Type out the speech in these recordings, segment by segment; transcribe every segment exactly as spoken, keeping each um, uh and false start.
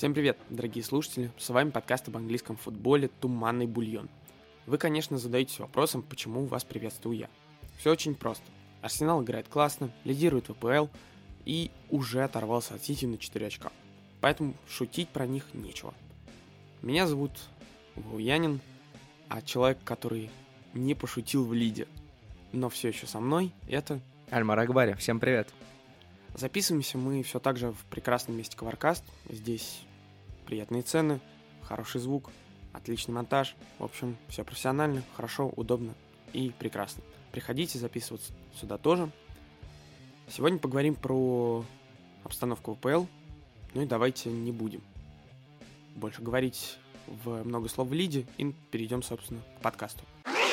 Всем привет, дорогие слушатели, с вами подкаст об английском футболе «Туманный бульон». Вы, конечно, задаетесь вопросом, почему вас приветствую я. Все очень просто. Арсенал играет классно, лидирует в АПЛ и уже оторвался от Сити на четыре очка. Поэтому шутить про них нечего. Меня зовут Вуянин, а человек, который не пошутил в лиде, но все еще со мной, это... Альмар Акбари, всем привет. Записываемся мы все так же в прекрасном месте Covercast. Здесь приятные цены, хороший звук, отличный монтаж. В общем, все профессионально, хорошо, удобно и прекрасно. Приходите записываться сюда тоже. Сегодня поговорим про обстановку в АПЛ. Ну и давайте не будем больше говорить в много слов в лиде и перейдем, собственно, к подкасту.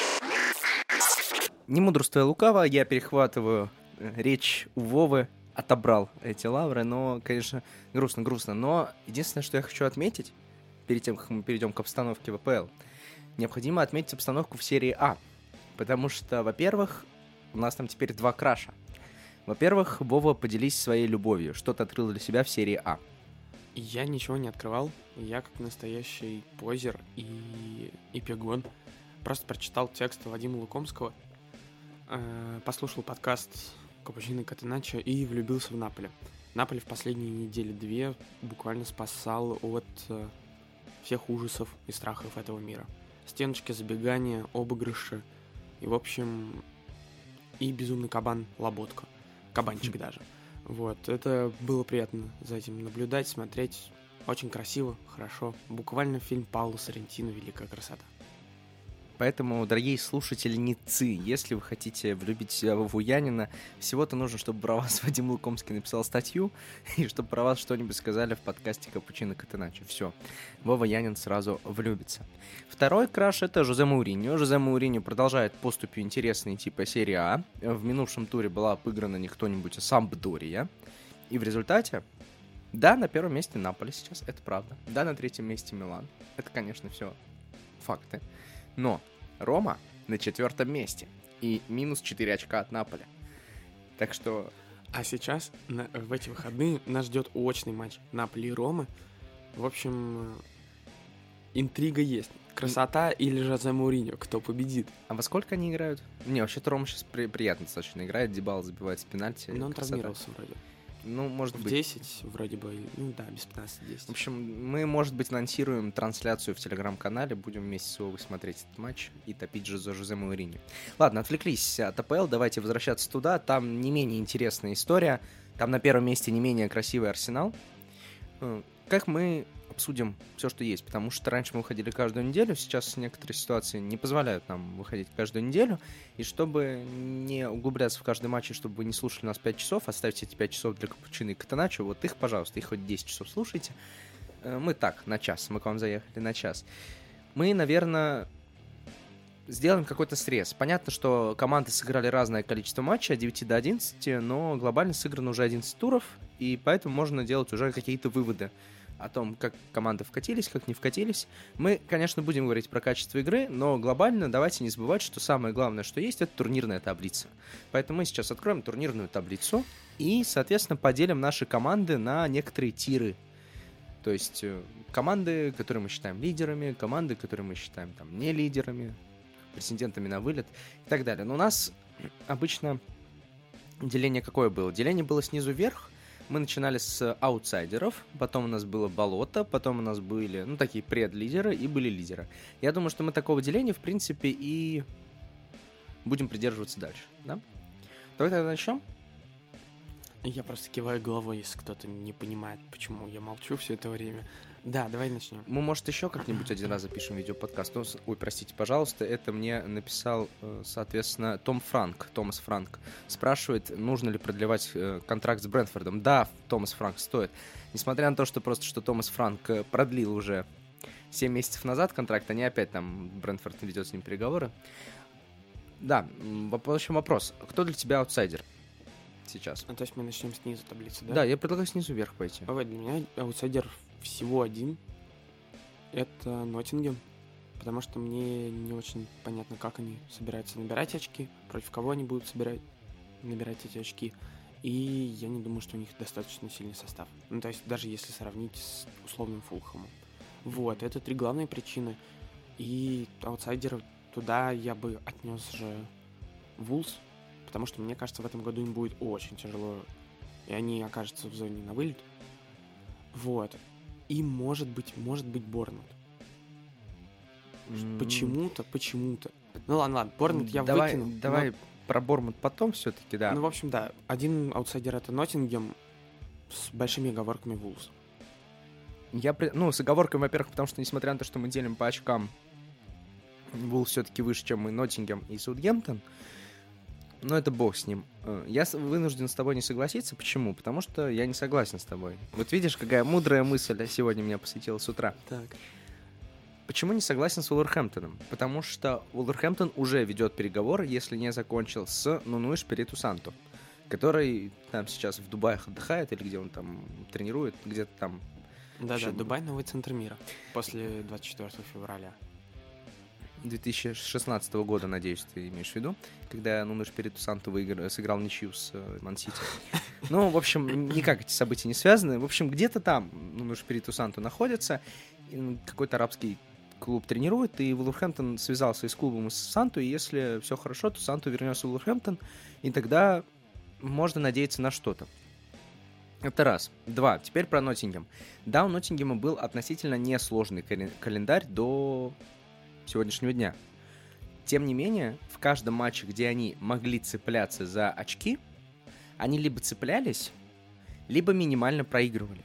Не мудрствуя лукаво, я перехватываю речь у Вовы, отобрал эти лавры, но, конечно, грустно-грустно. Но единственное, что я хочу отметить, перед тем, как мы перейдем к обстановке в АПЛ, необходимо отметить обстановку в серии А. Потому что, во-первых, у нас там теперь два краша. Во-первых, Вова, поделись своей любовью. Что ты открыл для себя в серии А? Я ничего не открывал. Я, как настоящий позер и эпигон, просто прочитал текст Вадима Лукомского, э, послушал подкаст «Капучино Катеначо» и влюбился в Наполе. Наполе в последние недели две буквально спасал от э, всех ужасов и страхов этого мира. Стеночки, забегания, обыгрыши и, в общем, и безумный кабан Лоботко. Кабанчик даже. Вот, это было приятно за этим наблюдать, смотреть. Очень красиво, хорошо. Буквально фильм Паоло Соррентино «Великая красота». Поэтому, дорогие слушательницы, если вы хотите влюбить Вуянина, всего-то нужно, чтобы про вас Вадим Лукомский написал статью, и чтобы про вас что-нибудь сказали в подкасте «Капучино Катеначо». Все, Вова Янин сразу влюбится. Второй краш — это Жозе Мауриньо. Жозе Мауриньо продолжает поступью интересные типа серии А. В минувшем туре была обыграна не кто-нибудь, а Сампдория. И в результате, да, на первом месте Наполе сейчас, это правда. Да, на третьем месте Милан. Это, конечно, все факты. Но Рома на четвертом месте и минус четыре очка от Наполя. Так что... А сейчас, на, в эти выходные, нас ждет очный матч Наполи и Ромы. В общем, интрига есть. Красота или Жозе Мауриньо, кто победит? А во сколько они играют? Не, вообще-то Рома сейчас при, приятно достаточно играет. Дибала забивает с пенальти. Но он красота. травмировался вроде. Ну, может в быть. десять вроде бы, ну да, без пятнадцати десять. В общем, мы, может быть, анонсируем трансляцию в Телеграм-канале, будем вместе с Вовой смотреть этот матч и топить же за Жозе Мауриньо. Ладно, отвлеклись от АПЛ, давайте возвращаться туда. Там не менее интересная история. Там на первом месте не менее красивый Арсенал. Как мы обсудим все, что есть, потому что раньше мы выходили каждую неделю, сейчас некоторые ситуации не позволяют нам выходить каждую неделю, и чтобы не углубляться в каждый матч, и чтобы вы не слушали нас пять часов, оставьте эти пять часов для Капучино и Катеначо, вот их, пожалуйста, их хоть десять часов слушайте. Мы так, на час, мы к вам заехали на час. Мы, наверное, сделаем какой-то срез. Понятно, что команды сыграли разное количество матчей, от девяти до одиннадцати, но глобально сыграно уже одиннадцать туров, и поэтому можно делать уже какие-то выводы о том, как команды вкатились, как не вкатились. Мы, конечно, будем говорить про качество игры, но глобально давайте не забывать, что самое главное, что есть, это турнирная таблица. Поэтому мы сейчас откроем турнирную таблицу и, соответственно, поделим наши команды на некоторые тиры. То есть команды, которые мы считаем лидерами, команды, которые мы считаем там не лидерами, претендентами на вылет и так далее. Но у нас обычно деление какое было? Деление было снизу вверх. Мы начинали с аутсайдеров, потом у нас было болото, потом у нас были, ну, такие предлидеры и были лидеры. Я думаю, что мы такого деления, в принципе, и будем придерживаться дальше, да? Давай тогда начнем. Я просто киваю головой, если кто-то не понимает, почему я молчу все это время. Да, давай начнем. Мы, может, еще как-нибудь один раз запишем видеоподкаст. Ну, ой, простите, пожалуйста, это мне написал, соответственно, Том Франк, Томас Франк. Спрашивает, нужно ли продлевать контракт с Брентфордом. Да, Томас Франк, стоит. Несмотря на то, что просто что Томас Франк продлил уже семь месяцев назад контракт, они опять там, Брентфорд ведет с ним переговоры. Да, в общем, вопрос. Кто для тебя аутсайдер сейчас? А, то есть мы начнем снизу таблицы, да? Да, я предлагаю снизу вверх пойти. Давай, для меня аутсайдер всего один. Это Ноттингем. Потому что мне не очень понятно, как они собираются набирать очки, против кого они будут собирать, набирать эти очки. И я не думаю, что у них достаточно сильный состав. Ну, то есть даже если сравнить с условным Фулхэмом. Вот, это три главные причины. И аутсайдеры туда я бы отнес же Вулс, потому что, мне кажется, в этом году им будет очень тяжело, и они окажутся в зоне на вылет. Вот. И, может быть, может быть, Борнмут. Mm. Почему-то, почему-то. Ну ладно, ладно, Борнмут я давай, выкину. Давай но... про Борнмут потом все-таки, да. Ну, в общем, да. Один аутсайдер — это Ноттингем с большими оговорками Вулс. Я, ну, с оговоркой, во-первых, потому что, несмотря на то, что мы делим по очкам, Вулс все-таки выше, чем мы, Ноттингем и Саутгемптон. Но это бог с ним. Я вынужден с тобой не согласиться. Почему? Потому что я не согласен с тобой. Вот видишь, какая мудрая мысль сегодня меня посетила с утра. Так. Почему не согласен с Вулверхэмптоном? Потому что Вулверхэмптон уже ведет переговоры, если не закончил, с Нуну Эшпириту Санту, который там сейчас в Дубае отдыхает, или где он там тренирует, где-то там. Да-да, общем... Дубай — новый центр мира после двадцать четвёртого февраля. две тысячи шестнадцатого года, надеюсь, ты имеешь в виду, когда Нуну Эшпириту Санту выиграл, сыграл ничью с Ман-Сити. Ну, в общем, никак эти события не связаны. В общем, где-то там Нуну Эшпириту Санту находится, какой-то арабский клуб тренирует, и Вулверхэмптон связался и с клубом, и с Санту, и если все хорошо, то Санту вернется в Вулверхэмптон, и тогда можно надеяться на что-то. Это раз. Два. Теперь про Ноттингем. Да, у Ноттингема был относительно несложный календарь до сегодняшнего дня. Тем не менее, в каждом матче, где они могли цепляться за очки, они либо цеплялись, либо минимально проигрывали.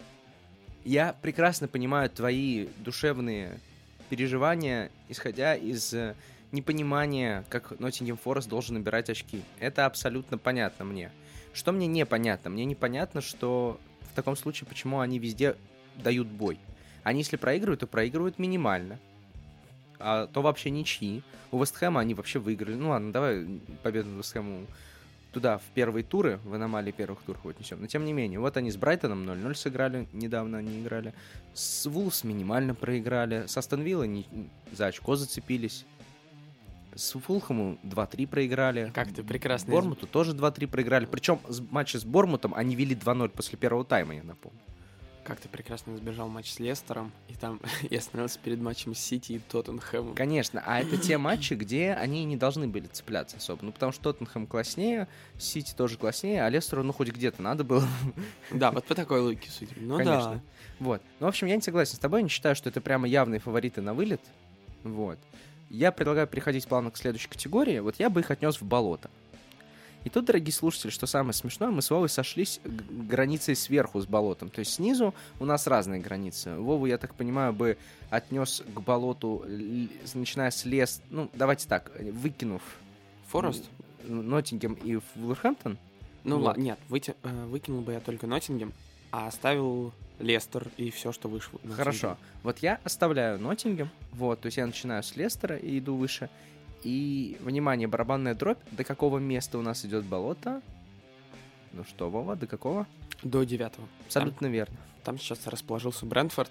Я прекрасно понимаю твои душевные переживания, исходя из непонимания, как Ноттингем Форест должен набирать очки. Это абсолютно понятно мне. Что мне непонятно? Мне непонятно, что в таком случае, почему они везде дают бой. Они, если проигрывают, то проигрывают минимально. А то вообще ничьи. У Вестхэма они вообще выиграли. Ну ладно, давай победу Вестхэму туда, в первые туры, в аномалии первых туров отнесем. Но тем не менее, вот они с Брайтоном ноль ноль сыграли, недавно они играли. С Вулс минимально проиграли. С Астон Виллой не... за очко зацепились. С Фулхэму два-три проиграли. Как ты прекрасно... Бормуту тоже два-три проиграли. Причем матчи с Бормутом они вели два ноль после первого тайма, я напомню. Как ты прекрасно избежал матч с Лестером, и там я остановился перед матчем с Сити и Тоттенхэмом. Конечно, а это те матчи, где они не должны были цепляться особо. Ну, потому что Тоттенхэм класснее, Сити тоже класснее, а Лестеру, ну, хоть где-то надо было. Да, вот по такой логике судим. Ну, конечно. Да. Вот. Ну, в общем, я не согласен с тобой, не считаю, что это прямо явные фавориты на вылет. Вот. Я предлагаю переходить плавно к следующей категории. Вот я бы их отнес в болото. И тут, дорогие слушатели, что самое смешное, мы с Вовой сошлись границей сверху с болотом. То есть снизу у нас разные границы. Вову, я так понимаю, бы отнес к болоту, начиная с лес... Ну, давайте так, выкинув... Форест? Ноттингем и Вулверхэмптон. Ну, вот. ладно, нет, выти... выкинул бы я только Ноттингем, а оставил Лестер и все, что вышло. Хорошо. Вот я оставляю Ноттингем, вот, то есть я начинаю с Лестера и иду выше. И, внимание, барабанная дробь. До какого места у нас идет болото? Ну что, Вова, до какого? До девятого. Абсолютно там, верно. Там сейчас расположился Брентфорд.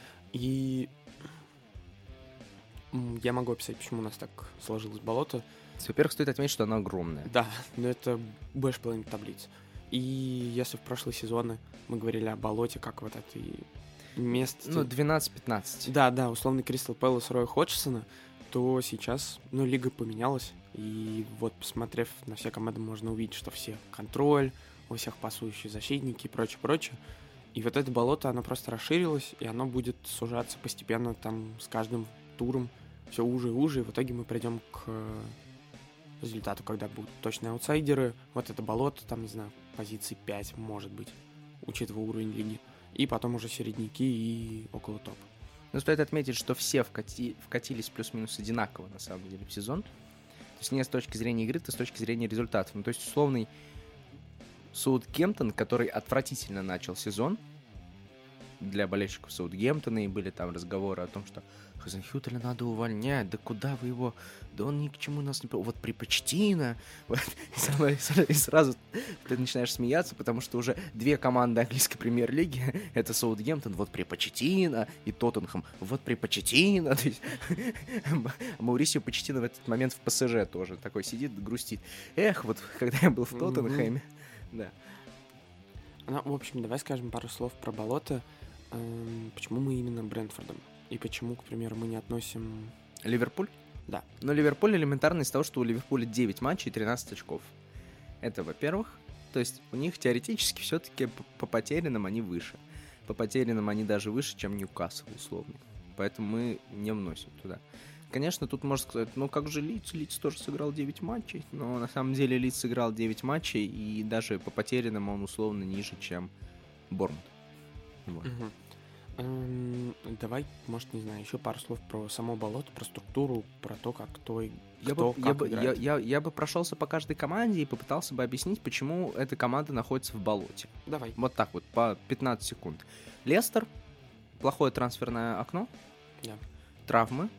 И я могу описать, почему у нас так сложилось болото. Во-первых, стоит отметить, что оно огромное. Да, но это больше половины таблиц. И если в прошлые сезоны мы говорили о болоте, как вот этой месте... Ну, двенадцать-пятнадцать. Да, да, условный Кристал Пэлас Роя Ходжсона, то сейчас, ну, лига поменялась, и вот, посмотрев на все команды, можно увидеть, что все контроль, у всех пасующие защитники и прочее, прочее. И вот это болото, оно просто расширилось, и оно будет сужаться постепенно там с каждым туром все уже и уже, и в итоге мы придем к результату, когда будут точные аутсайдеры, вот это болото, там, не знаю, позиции пять, может быть, учитывая уровень лиги, и потом уже середняки и около топа. Но стоит отметить, что все вкати... вкатились плюс-минус одинаково, на самом деле, в сезон. То есть не с точки зрения игры, то с точки зрения результатов. Ну, то есть условный Саутгемптон, который отвратительно начал сезон для болельщиков Саутгемптона, и были там разговоры о том, что Хазенхютеля надо увольнять, да куда вы его, да он ни к чему нас не... Вот при Почтино, вот, и сразу ты начинаешь смеяться, потому что уже две команды английской премьер-лиги, это Саутгемптон, вот при Почтино, и Тоттенхэм, вот при Почтино. Маурисио Почтино в этот момент в ПСЖ тоже такой сидит, грустит. Эх, вот когда я был в Тоттенхэме, Да. Ну, в общем, давай скажем пару слов про болото. Эм, почему мы именно Брентфордом? И почему, к примеру, мы не относим... Ливерпуль? Да. Но Ливерпуль элементарно из того, что у Ливерпуля девять матчей и тринадцать очков. Это, во-первых. То есть у них теоретически все-таки по потерянным они выше. По потерянным они даже выше, чем Ньюкасл, условно. Поэтому мы не вносим туда. Конечно, тут можно сказать, ну как же Лидс? Лидс тоже сыграл девять матчей. Но на самом деле Лидс сыграл девять матчей, и даже по потерянным он условно ниже, чем Борнмут. Вот. Угу. Эм, давай, может, не знаю, еще пару слов про само болото, про структуру, про то, как кто и Я кто, бы, как я, бы, играет. я, я, я бы прошелся по каждой команде и попытался бы объяснить, почему эта команда находится в болоте. Давай. Вот так вот, по пятнадцать секунд. Лестер, плохое трансферное окно, Да. травмы,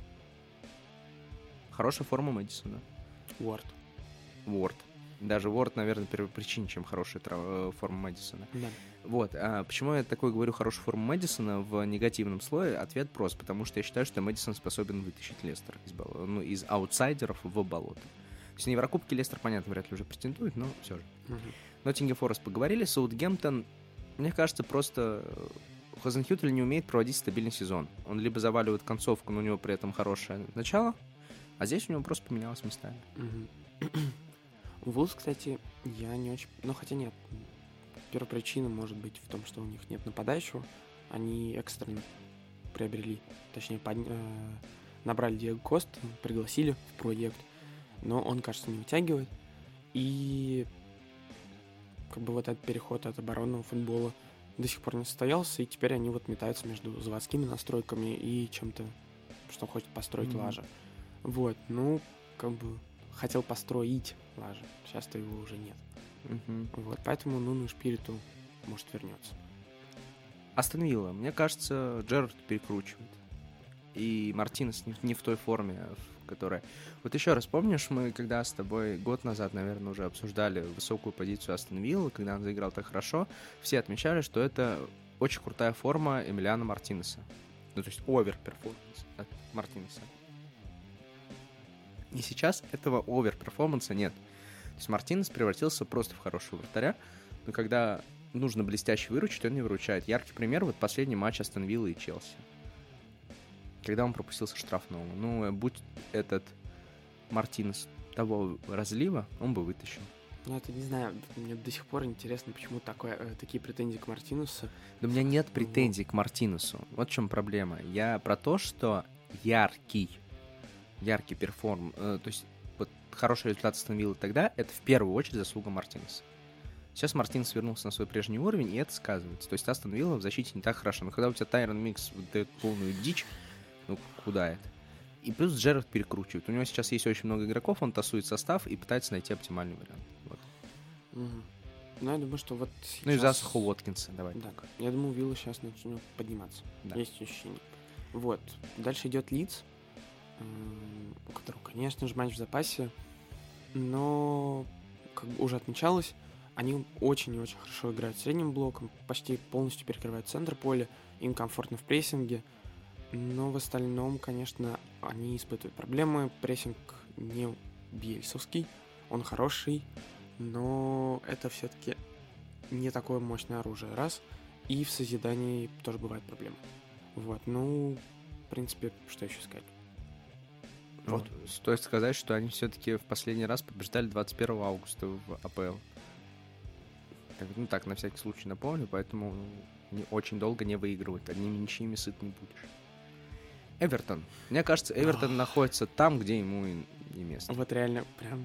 хорошая форма Мэдисона. Уорд. Уорд. Даже Уорд, наверное, первопричине, чем хорошая трав... форма Мэдисона. Да. Вот. А почему я такой говорю хорошую форму Мэдисона в негативном слое? Ответ прост. Потому что я считаю, что Мэдисон способен вытащить Лестер из, бол... ну, из аутсайдеров в болото. То есть на Еврокубке Лестер, понятно, вряд ли уже претендует, но все же. Угу. Ноттингем Форест поговорили. Саутгемптон, мне кажется, просто Хазенхютель не умеет проводить стабильный сезон. Он либо заваливает концовку, но у него при этом хорошее начало, а здесь у него просто поменялось местами. Угу. Вулс, кстати, я не очень... Ну, хотя нет. Первопричина может быть в том, что у них нет нападающего. Они экстренно приобрели, точнее, под... э... набрали Диего Коста, пригласили в проект, но он, кажется, не вытягивает. И как бы вот этот переход от оборонного футбола до сих пор не состоялся, и теперь они вот метаются между заводскими настройками и чем-то, что хочет построить mm-hmm. Лажа. Вот, ну, как бы хотел построить Лажа, сейчас-то его уже нет. Mm-hmm. Вот, поэтому Нуну Шпириту, может, вернется. Астон Вилла, мне кажется, Джерард перекручивает. И Мартинес не, не в той форме, в которой... Вот еще раз, помнишь, мы когда с тобой год назад, наверное, уже обсуждали высокую позицию Астон Виллы, когда он заиграл так хорошо, все отмечали, что это очень крутая форма Эмилиано Мартинеса. Ну, то есть овер-перформанс от Мартинеса. И сейчас этого овер-перформанса нет. То есть Мартинес превратился просто в хорошего вратаря, но когда нужно блестяще выручить, он не выручает. Яркий пример — вот последний матч Астон Виллы и Челси, когда он пропустился штрафного. Ну, будь этот Мартинес того разлива, он бы вытащил. Ну, это не знаю, мне до сих пор интересно, почему такое, э, такие претензии к Мартинесу. Да у меня нет претензий к Мартинесу. Вот в чем проблема. Я про то, что яркий, яркий перформ, э, то есть вот хороший результат Астон Виллы тогда, это в первую очередь заслуга Мартинеса. Сейчас Мартинес вернулся на свой прежний уровень, и это сказывается. То есть Астон Вилла в защите не так хорошо. Но когда у тебя Тайрон Микс дает полную дичь, ну, куда это? И плюс Джерард перекручивает. У него сейчас есть очень много игроков, он тасует состав и пытается найти оптимальный вариант. Вот. Угу. Ну, я думаю, что вот сейчас... Ну, и засуху Уоткинса, давай. Да, я думаю, Вилла сейчас начнет подниматься. Да. Есть ощущение. Вот. Дальше идет Лидс, у которого, конечно же, матч в запасе, но, как бы уже отмечалось, они очень и очень хорошо играют средним блоком, почти полностью перекрывают центр поля, им комфортно в прессинге. Но в остальном, конечно, они испытывают проблемы. Прессинг не бьельсовский, он хороший, но это все-таки не такое мощное оружие, раз. И в созидании тоже бывают проблемы. Вот, ну, в принципе, что еще сказать? Вот, стоит сказать, что они все-таки в последний раз побеждали двадцать первого августа в АПЛ. Так, ну так, на всякий случай напомню, поэтому не, очень долго не выигрывают. Одними ничьими сыт не будешь. Эвертон. Мне кажется, Эвертон находится там, где ему и, и место. Вот реально, прям...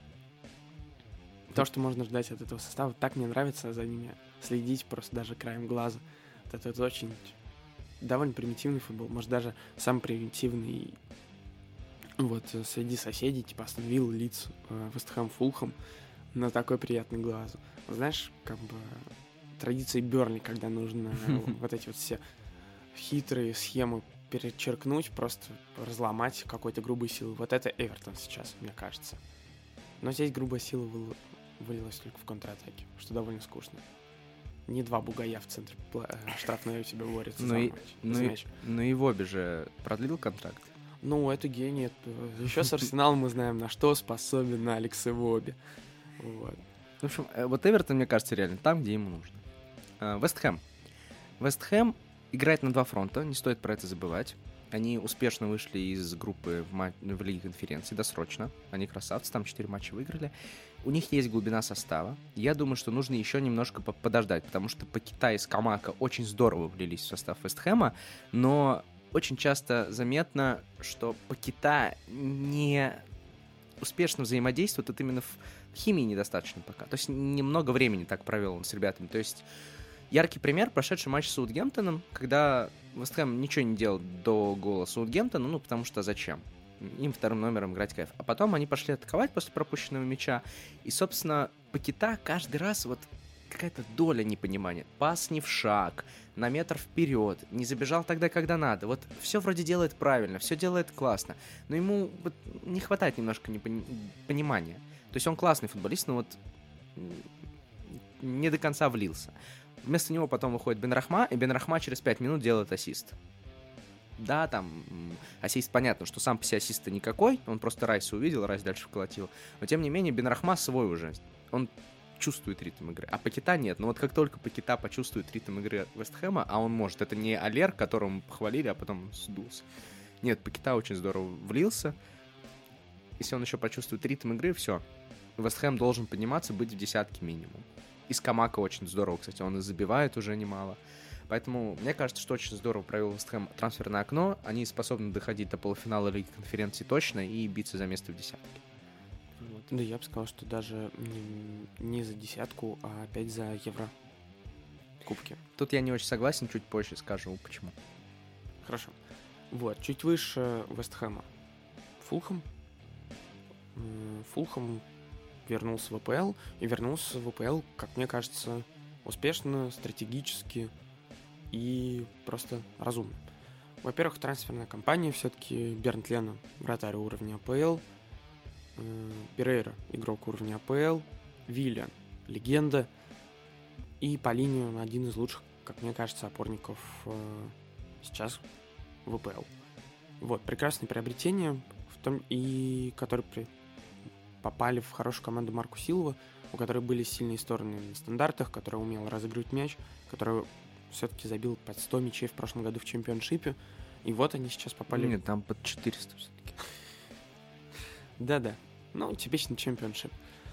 То, что можно ждать от этого состава, так мне нравится за ними следить просто даже краем глаза. Вот это, это очень... довольно примитивный футбол. Может, даже самый примитивный вот среди соседей, типа Астон Вилла, Лидс, Вест Хэм, Фулхэм, но такой приятный глазу. Знаешь, как бы традиции Бернли, когда нужно вот эти вот все хитрые схемы перечеркнуть, просто разломать какой-то грубой силой. Вот это Эвертон сейчас, мне кажется. Но здесь грубая сила вы... вылилась только в контратаке, что довольно скучно. Не два бугая в центре штрафной у тебя борются ну за и, матч. Ну, за и, мяч. ну и Вобби же продлил контракт. Ну, это гений. Еще с Арсеналом мы знаем, на что способен Алекс Ивоби. Вот. В общем, вот Эвертон, мне кажется, реально там, где ему нужно. Вест Хэм. Вест Хэм играет на два фронта, не стоит про это забывать. Они успешно вышли из группы в, ма- в Лиге конференции досрочно. Они красавцы, там четыре матча выиграли. У них есть глубина состава. Я думаю, что нужно еще немножко подождать, потому что Пакета и Скамака очень здорово влились в состав Вест Хэма, но очень часто заметно, что Пакета не успешно взаимодействует, вот именно в химии недостаточно пока. То есть немного времени так провел он с ребятами. То есть яркий пример — прошедший матч с Саутгемптоном, когда Вест Хэм ничего не делал до гола Саутгемптона, ну, потому что зачем? Им вторым номером играть кайф. А потом они пошли атаковать после пропущенного мяча, и, собственно, Пакета каждый раз вот какая-то доля непонимания. Пас не в шаг, на метр вперед, не забежал тогда, когда надо. Вот все вроде делает правильно, все делает классно, но ему вот не хватает немножко непони- понимания. То есть он классный футболист, но вот не до конца влился. Вместо него потом выходит Бенрахма, и Бенрахма через пять минут делает ассист. Да, там ассист, понятно, что сам по себе ассиста никакой, он просто Райса увидел, Райс дальше вколотил. Но тем не менее Бенрахма свой уже, он чувствует ритм игры, а Пакета нет. Но вот как только Пакета почувствует ритм игры Вест Хэма, а он может, это не Алер, которого мы похвалили, а потом сдулся. Нет, Пакета очень здорово влился. Если он еще почувствует ритм игры, все. Вест Хэм должен подниматься, быть в десятке минимум. И Скамака очень здорово, кстати, он и забивает уже немало. Поэтому мне кажется, что очень здорово провел Вест Хэм трансферное окно. Они способны доходить до полуфинала Лиги конференции точно и биться за место в десятке. Вот. Да, я бы сказал, что даже не, не за десятку, а опять за Евро кубки. Тут я не очень согласен, чуть позже скажу, почему. Хорошо. Вот, чуть выше Вест Хэма Фулхэм. Фулхэм вернулся в АПЛ, и вернулся в АПЛ, как мне кажется, успешно, стратегически и просто разумно. Во-первых, трансферная кампания, все-таки Бернт Лено, вратарь уровня АПЛ, Перейра, игрок уровня АПЛ, Виллиан, легенда, и по линии один из лучших, как мне кажется, опорников сейчас в АПЛ. Вот, прекрасное приобретение, в том, и которые при... попали в хорошую команду Марку Силва, у которой были сильные стороны на стандартах, которая умела разыгрывать мяч, которая все-таки забил под сто мячей в прошлом году в чемпионшипе. И вот они сейчас попали... Нет, там под четыреста все-таки. Да-да. Ну, типичный чемпионшип.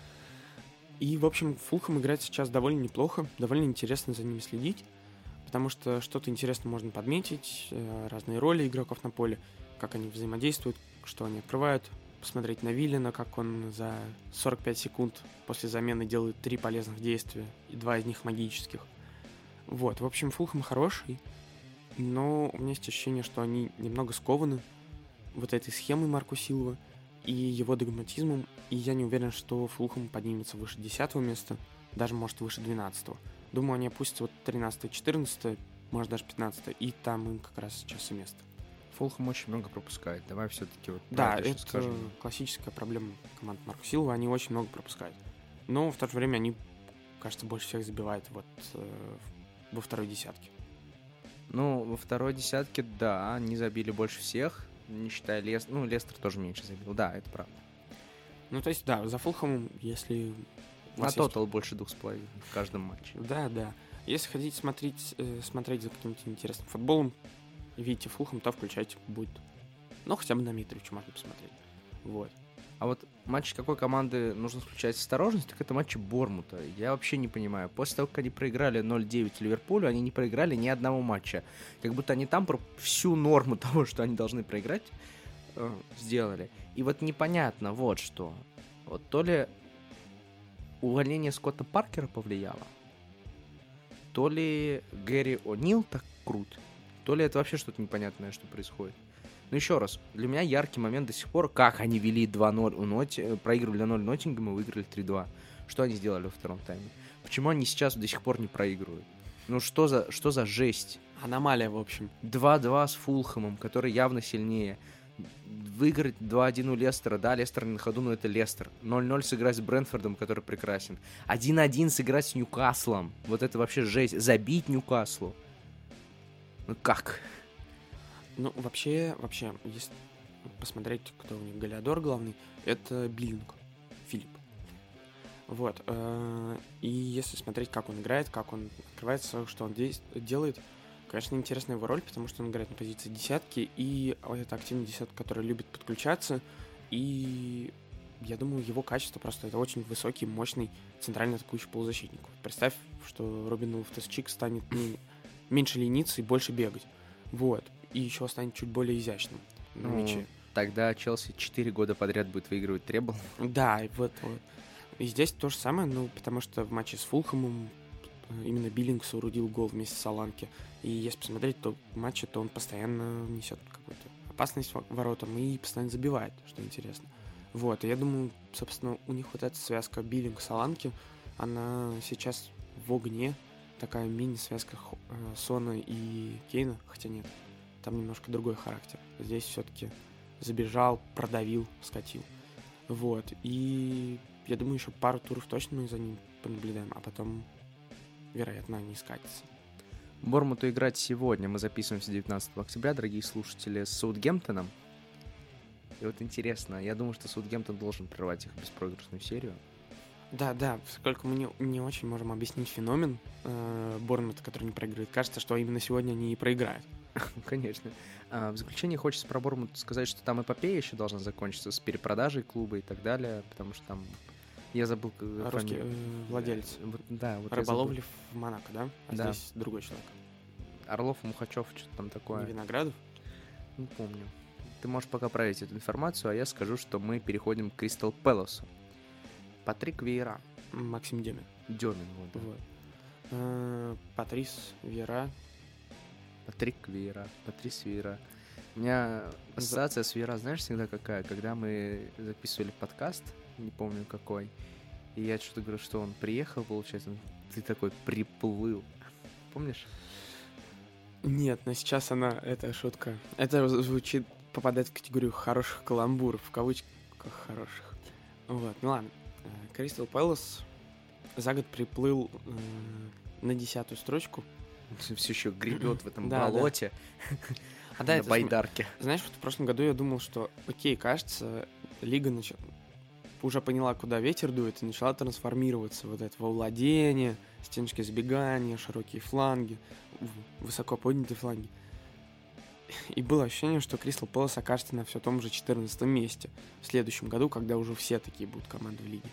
И, в общем, Фулхэм играет сейчас довольно неплохо, довольно интересно за ними следить, потому что что-то интересное можно подметить, разные роли игроков на поле, как они взаимодействуют, что они открывают, посмотреть на Виллина, как он за сорок пять секунд после замены делает три полезных действия, и два из них магических. Вот, в общем, Фулхэм хороший, но у меня есть ощущение, что они немного скованы вот этой схемой Марку Силва и его догматизмом, и я не уверен, что Фулхэм поднимется выше десятого места, даже, может, выше двенадцатого. Думаю, они опустятся вот тринадцатое-четырнадцатое, может, даже пятнадцатое, и там им как раз сейчас и место. Фулхэм очень много пропускает. Давай все-таки вот да, это, это скажем. Классическая проблема команд Марка Силва. Они очень много пропускают. Но в то же время они, кажется, больше всех забивают вот э, во второй десятке. Ну, во второй десятке, да, они забили больше всех, не считая Лестер. Ну, Лестер тоже меньше забил. Да, это правда. Ну, то есть, да, за Фулхэмом, если... На тотал есть... больше двух с половиной в каждом матче. Да, да. Если хотите смотреть, э, смотреть за каким-то интересным футболом, видите Фулхэм, то включайте, будет. Ну, хотя бы на Митровича можно посмотреть. Вот. А вот матч какой команды нужно включать осторожность, так это матчи Бормута. Я вообще не понимаю. После того, как они проиграли ноль девять Ливерпулю, они не проиграли ни одного матча. Как будто они там всю норму того, что они должны проиграть, э, сделали. И вот непонятно вот что. Вот то ли увольнение Скотта Паркера повлияло, то ли Гэри О'Нил так крут, то ли это вообще что-то непонятное, что происходит. Но еще раз, для меня яркий момент до сих пор, как они вели два ноль у Ноти, проигрывали ноль Ноттингема и выиграли три два. Что они сделали во втором тайме? Почему они сейчас до сих пор не проигрывают? Ну что за, что за жесть? Аномалия, в общем. два два с Фулхэмом, который явно сильнее. Выиграть два один у Лестера. Да, Лестер не на ходу, но это Лестер. ноль ноль сыграть с Брентфордом, который прекрасен. один один сыграть с Ньюкаслом. Вот это вообще жесть. Забить Ньюкаслу. Ну как? Ну, вообще, вообще, если посмотреть, кто у них голеадор главный, это Биллинг, Филипп. Вот. э, И если смотреть, как он играет, как он открывается, что он действ- делает, конечно, интересная его роль, потому что он играет на позиции десятки, и это активный десятка, который любит подключаться, и я думаю, его качество просто это очень высокий, мощный центральный атакующий полузащитник. Представь, что Робин Лофтус-Чик станет ну, меньше лениться и больше бегать. Вот. И еще станет чуть более изящным на Ну, мяче. Тогда Челси четыре года подряд будет выигрывать требл. Да, и вот, вот. И здесь то же самое, ну, потому что в матче с Фулхэмом э, именно Биллингс урудил гол вместе с Соланке. И если посмотреть, то в матче, то он постоянно несет какую-то опасность в воротам и постоянно забивает, что интересно. Вот, и я думаю, собственно, у них вот эта связка Биллингс-Соланки, она сейчас в огне, такая мини-связка Хо- э, Сона и Кейна, хотя нет, там немножко другой характер. Здесь все-таки забежал, продавил, скатил. Вот, и я думаю, еще пару туров точно мы за ним понаблюдаем, а потом, вероятно, они скатятся. Бормуту играть сегодня. Мы записываемся девятнадцатого октября, дорогие слушатели, с Саутгемптоном. И вот интересно, я думаю, что Саутгемптон должен прервать их беспроигрышную серию. Да, да, поскольку мы не, не очень можем объяснить феномен э, Борнмута, который не проигрывает, кажется, что именно сегодня они и проиграют. Конечно. А, в заключение хочется про Бормут сказать, что там эпопея еще должна закончиться с перепродажей клуба и так далее, потому что там... Я забыл... как Русский фамилию. э, владелец. Вот, да, вот я Рыболовли забыл. в Монако, да? А Да. здесь другой человек. Орлов, Мухачев, что-то там такое. Не Виноградов? Не помню. Ты можешь пока проверить эту информацию, а я скажу, что мы переходим к Кристал Пэласу. Патрик Вейра. Максим Демин. Демин, вот, да. Вот. Э, Патрис Вера. Патрик Вейра. Патрис Вейра. У меня ассоциация с Вейра, знаешь, всегда какая? Когда мы записывали подкаст, не помню какой, и я что-то говорю, что он приехал, получается, ты такой приплыл. Помнишь? Нет, но сейчас она, это шутка. Это звучит, попадает в категорию хороших каламбуров, в кавычках хороших. Вот, ну ладно. Кристал Пэлас за год приплыл э, на десятую строчку. Все еще гребет в этом Да, болоте. А да, на это см- байдарке. Знаешь, вот в прошлом году я думал, что, окей, кажется, лига нач- уже поняла, куда ветер дует, и начала трансформироваться. Вот это во владение, стеночки сбегания, широкие фланги, в- высоко поднятые фланги. И было ощущение, что Кристал Пэлас окажется на все том же четырнадцатом месте в следующем году, когда уже все такие будут команды в лиге.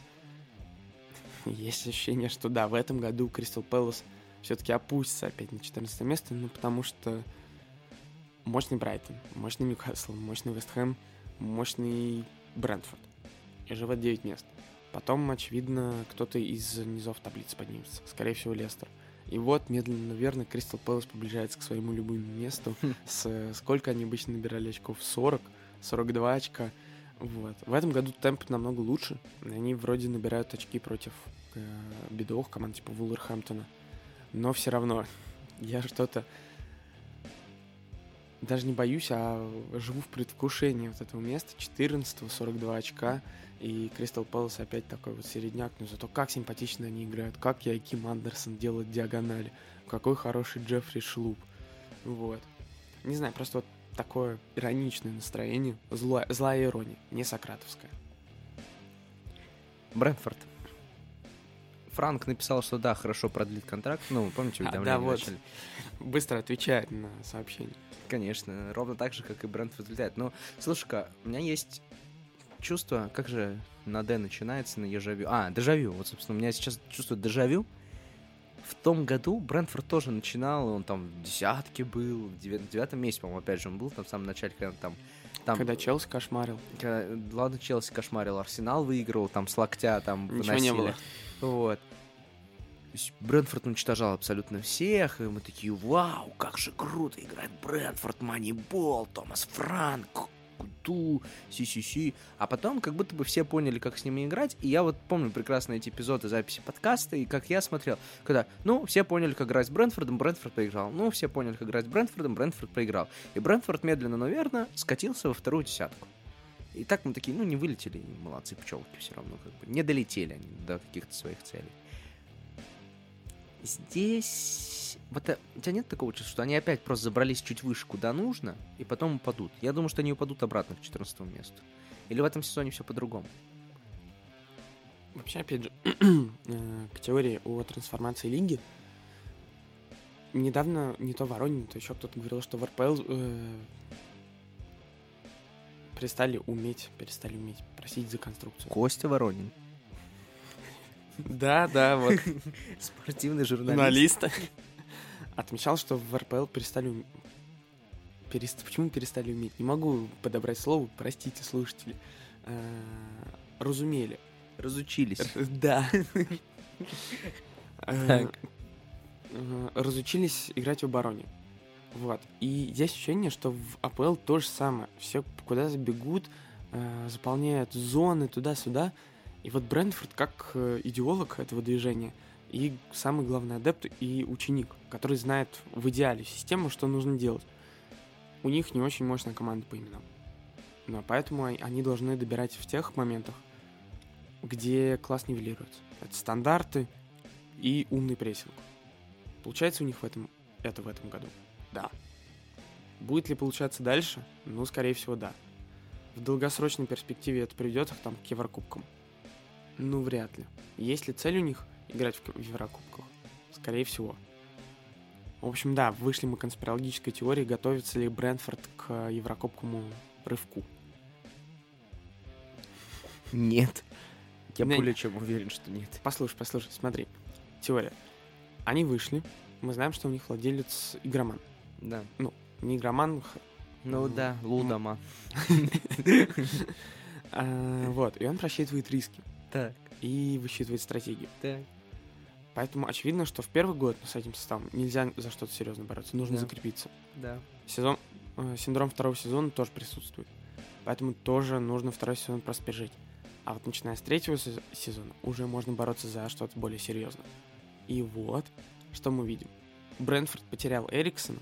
Есть ощущение, что да, в этом году Кристал Пэлас все-таки опустится опять на четырнадцатое место, ну потому что мощный Брайтон, мощный Ньюкасл, мощный Вест Хэм, мощный Брентфорд. И живет девять мест. Потом, очевидно, кто-то из низов таблицы поднимется. Скорее всего, Лестер. И вот, медленно, но верно, Кристал Пэлас приближается к своему любимому месту. С сколько они обычно набирали очков? сорок, сорок два очка. Вот. В этом году темп намного лучше. Они вроде набирают очки против э, бедовых команд типа Вулверхэмптона. Но все равно я что-то даже не боюсь, а живу в предвкушении вот этого места. четырнадцатого, сорок два очка. И Кристал Пэлас опять такой вот середняк. Но зато как симпатично они играют. Как Яким Андерсон делает диагонали. Какой хороший Джеффри Шлуп. Вот. Не знаю, просто вот такое ироничное настроение. Злая, злая ирония, не сократовская. Брентфорд. Франк написал, что да, хорошо продлит контракт. Ну, помните, уведомление А, да, вот. начали? Быстро отвечает на сообщение. Конечно, ровно так же, как и Брентфорд летает. Но, слушай-ка, у меня есть чувство, как же на Д начинается, на ежавю. А, дежавю. Вот, собственно, у меня сейчас чувство дежавю. В том году Брентфорд тоже начинал, он там в десятке был, в девят- девятом месте, по-моему, опять же он был там в самом начале, когда он там... там Когда Челси кошмарил. когда, ладно, Челси кошмарил, Арсенал выигрывал, там с локтя там Ничего выносили. не было. Вот. То есть Брентфорд уничтожал абсолютно всех, и мы такие, вау, как же круто играет Брентфорд, Манибол, Томас Франк, Куту, си-си-си. А потом как будто бы все поняли, как с ними играть, и я вот помню прекрасно эти эпизоды записи подкаста, и как я смотрел, когда, ну, все поняли, как играть с Брентфордом, Брентфорд проиграл, ну, все поняли, как играть с Брентфордом, Брентфорд проиграл. И Брентфорд медленно, но верно скатился во вторую десятку. И так мы такие, ну, не вылетели, и молодцы, пчелки все равно, как бы, не долетели они до каких-то своих целей. Здесь... Вот, а, у тебя нет такого чувства, что они опять просто забрались чуть выше, куда нужно, и потом упадут? Я думаю, что они упадут обратно к четырнадцатому месту. Или в этом сезоне все по-другому? Вообще, опять же, к теории о трансформации лиги. Недавно не то Воронин, не то еще кто-то говорил, что в эр пэ эл э, перестали уметь, перестали уметь просить за конструкцию. Костя Воронин. Да, да, вот. Спортивный журналист. Журналист. Отмечал, что в эр пэ эл перестали... Перест... Почему перестали уметь? Не могу подобрать слово, простите, слушатели. Э, Разумели. Разучились. Да. Так. Разучились играть в обороне. Вот. И есть ощущение, что в а пэ эл то же самое. Все куда-то бегут, э, заполняют зоны туда-сюда. И вот Брентфорд как э, идеолог этого движения и самый главный адепт и ученик, который знает в идеале систему, что нужно делать. У них не очень мощная команда по именам. Но поэтому они должны добирать в тех моментах, где класс нивелируется. Это стандарты и умный прессинг. Получается у них в этом, это в этом году? Да. Будет ли получаться дальше? Ну, скорее всего, да. В долгосрочной перспективе это приведет их там к Еврокубкам? Ну, вряд ли. Есть ли цель у них играть в Еврокубках? Скорее всего. В общем, да, вышли мы к конспирологической теории, готовится ли Брентфорд к Еврокубковому рывку. Нет. Я Не- более чем уверен, что нет. Послушай, послушай, смотри. Теория. Они вышли, мы знаем, что у них владелец игроман. Да. Не игроман, х- Ну М, да, Лудома. а, вот, и он просчитывает риски Так, и высчитывает стратегию. так. Поэтому очевидно, что в первый год с этим составом нельзя за что-то серьезно бороться, нужно Да. закрепиться. Да. Сезон, э, синдром второго сезона тоже присутствует, поэтому тоже нужно второй сезон просто пережить. А вот начиная с третьего се- сезона уже можно бороться за что-то более серьезное. И вот, что мы видим. Брентфорд потерял Эриксона,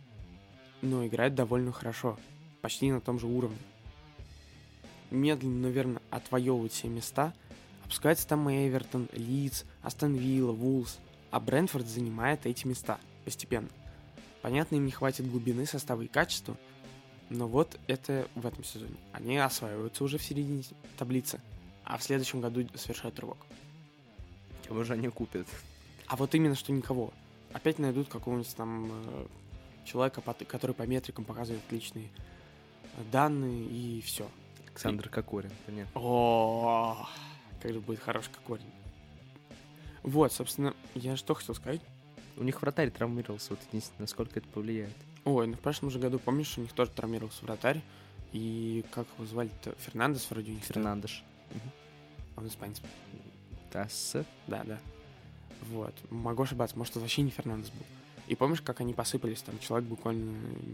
но играет довольно хорошо, почти на том же уровне. Медленно, наверное, отвоевывают все места. Опускается там и Эвертон, Лидс, Астон Вилла, Вулс. А Брентфорд занимает эти места постепенно. Понятно, им не хватит глубины, состава и качества. Но вот это в этом сезоне. Они осваиваются уже в середине таблицы. А в следующем году совершают рывок. Кого же они купят? А вот именно что никого. Опять найдут какого-нибудь там э, человека, по- который по метрикам показывает отличные э, данные и все. Александр Кокорин, понятно. О, как же будет хороший как корень. Вот, собственно, я что хотел сказать. У них вратарь травмировался, вот единственное, насколько это повлияет. Ой, ну в прошлом же году, помнишь, у них тоже травмировался вратарь. И как его звали-то? Фернандес вроде у них. стоял. Фернандеш. Он испанец. Тасс. Да, да. Вот. Могу ошибаться, может, это вообще не Фернандес был. И помнишь, как они посыпались? Там человек буквально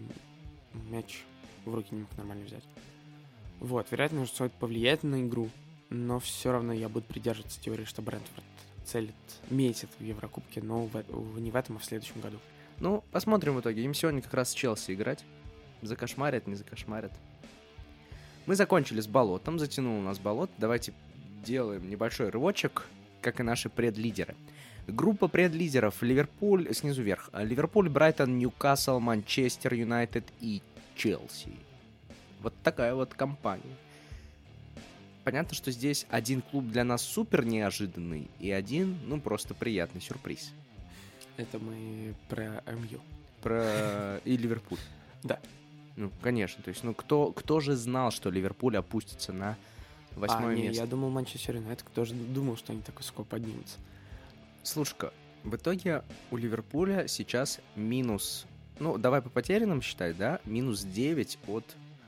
мяч в руки не мог нормально взять. Вот, вероятно, что это повлияет на игру, но все равно я буду придерживаться теории, что Брентфорд целит, метит в Еврокубке, но в, в- не в этом, а в следующем году. Ну, посмотрим в итоге. Им сегодня как раз с Челси играть. Закошмарят, не закошмарят. Мы закончили с болотом, затянул у нас болот. Давайте делаем небольшой рывочек, как и наши предлидеры. Группа предлидеров: Ливерпуль, снизу вверх. Ливерпуль, Брайтон, Ньюкасл, Манчестер Юнайтед и Челси. Вот такая вот компания. Понятно, что здесь один клуб для нас супер неожиданный и один, ну, просто приятный сюрприз. Это мы про МЮ. Про и Ливерпуль. Да. Ну, конечно. То есть, ну, кто, кто же знал, что Ливерпуль опустится на восьмое а, не, место? я думал, Манчестер Юнайтед тоже думал, что они так высоко поднимутся. Слушай-ка, в итоге у Ливерпуля сейчас минус... Ну, давай по потерянным считать, да? Минус девять от...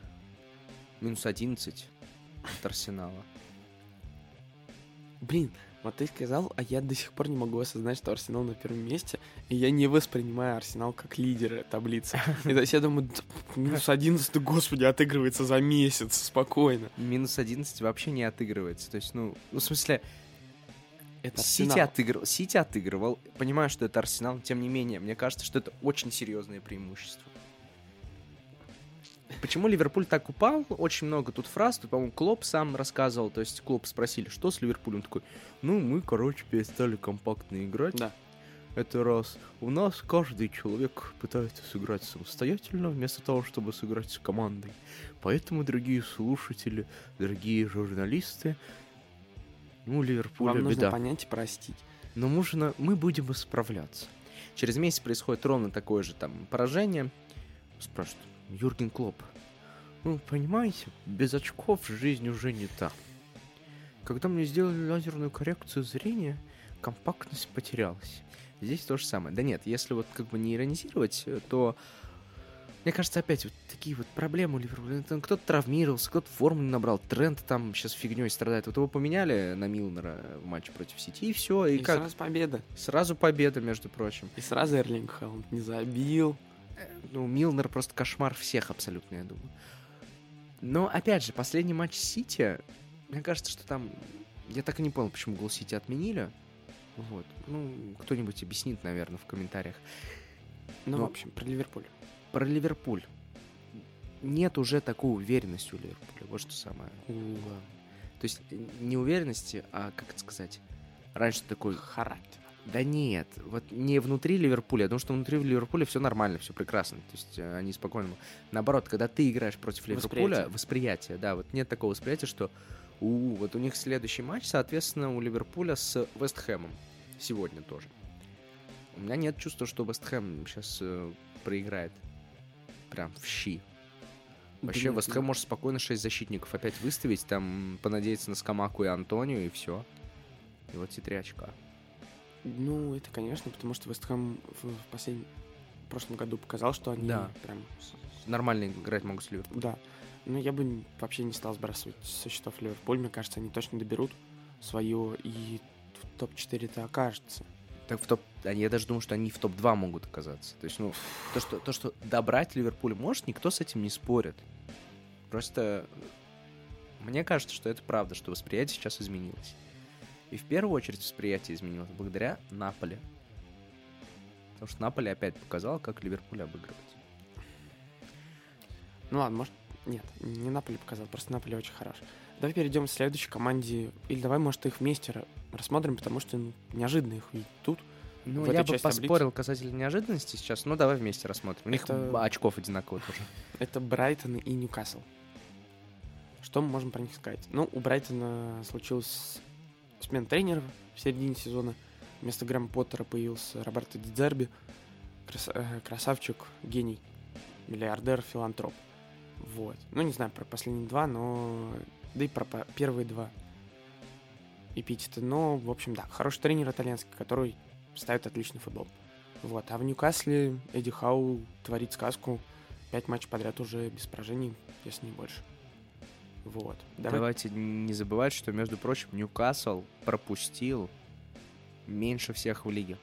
Минус одиннадцать от Арсенала. Блин, вот ты сказал, а я до сих пор не могу осознать, что Арсенал на первом месте, и я не воспринимаю Арсенал как лидера таблицы. И то есть я думаю, «Да, минус одиннадцать, господи, отыгрывается за месяц, спокойно. Минус одиннадцать вообще не отыгрывается. То есть, ну, ну в смысле, Это Сити, Арсенал. отыгрывал, Сити отыгрывал. Понимаю, что это Арсенал, но тем не менее, мне кажется, что это очень серьезное преимущество. Почему Ливерпуль так упал? Очень много тут фраз. Тут, по-моему, Клоп сам рассказывал. То есть Клоп спросили, что с Ливерпулем? Он такой, ну, мы, короче, перестали компактно играть. Да. Это раз. У нас каждый человек пытается сыграть самостоятельно, вместо того, чтобы сыграть с командой. Поэтому, дорогие слушатели, дорогие журналисты, Ну, Ливерпуль Вам нужно беда. понять и простить. Но нужно, мы будем исправляться. Через месяц происходит ровно такое же там поражение. Спрашивают, Юрген Клопп, ну, понимаете, без очков жизнь уже не та. Когда мне сделали лазерную коррекцию зрения, компактность потерялась. Здесь то же самое. Да нет, если вот как бы не иронизировать, то, мне кажется, опять вот такие вот проблемы у Ливерпуля. Кто-то травмировался, кто-то форму не набрал. Трент там сейчас фигней страдает. Вот его поменяли на Милнера в матче против Сити, и все. И, И как? сразу победа. Сразу победа, между прочим. И сразу Эрлинг Халанд не забил. Ну, Милнер просто кошмар всех абсолютно, я думаю. Но, опять же, последний матч Сити, мне кажется, что там... Я так и не понял, почему гол Сити отменили. Вот. Ну, кто-нибудь объяснит, наверное, в комментариях. Ну, Но в общем, про Ливерпуль. про Ливерпуль. Нет уже такой уверенности у Ливерпуля. Вот что самое У, главное. То есть не уверенности, а, как это сказать, раньше такой... Характер. Да нет, вот не внутри Ливерпуля, потому что внутри Ливерпуля все нормально, все прекрасно. То есть э, они спокойно. Наоборот, когда ты играешь против Ливерпуля, Восприятие. восприятие, да, вот нет такого восприятия, что у, вот у них следующий матч, соответственно, у Ливерпуля с Вест Хэмом. Сегодня тоже. У меня нет чувства, что Вест Хэм сейчас э, проиграет. Прям в щи. Вообще, Да, Вест Хэм может спокойно шесть защитников опять выставить, там понадеяться на Скамаку и Антонио, и все. И вот те три очка. Ну, это, конечно, потому что Вест Хэм в в последнем в прошлом году показал, что они Да. прям... с- Нормально играть могут с Ливерпулем. Да. Но я бы н- вообще не стал сбрасывать со счетов Ливерпуль. Мне кажется, они точно доберут свое и в топ четыре-то окажется. Так в топ... а Я даже думаю, что они в топ два могут оказаться. То есть, ну, то, что, то, что добрать Ливерпуль может, никто с этим не спорит. Просто мне кажется, что это правда, что восприятие сейчас изменилось. И в первую очередь восприятие изменилось благодаря Наполе. Потому что Наполе опять показал, как Ливерпуль обыгрывать. Ну ладно, может... Нет, не Наполи показал, просто Наполи очень хорош. Давай перейдем к следующей команде. Или давай, может, их вместе ра- рассмотрим, потому что ну, неожиданно их видеть тут. Ну, В я этой бы части поспорил касательно неожиданности сейчас. Ну, давай вместе рассмотрим. У них Это- очков одинаково тоже. Это Брайтон и Ньюкасл. Что мы можем про них сказать? Ну, у Брайтона случилась смена тренеров в середине сезона. Вместо Грэма Поттера появился Роберто Ди Дзерби. Крас- э, красавчик, гений, миллиардер, филантроп. Вот. Ну, не знаю про последние два, но... Да и про по- первые два эпитета. Но, в общем, да, хороший тренер итальянский, который ставит отличный футбол. Вот. А в Ньюкасле Эдди Хау творит сказку. Пять матчей подряд уже без поражений, если не больше. Вот. Давай. Давайте не забывать, что, между прочим, Ньюкасл пропустил меньше всех в лиге.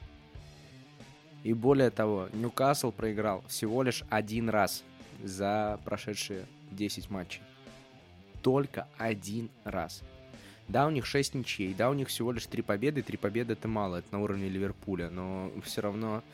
И более того, Ньюкасл проиграл всего лишь один раз за прошедшие десять матчей. Только один раз. Да, у них шесть ничей, да, у них всего лишь три победы, три победы это мало, это на уровне Ливерпуля, но все равно...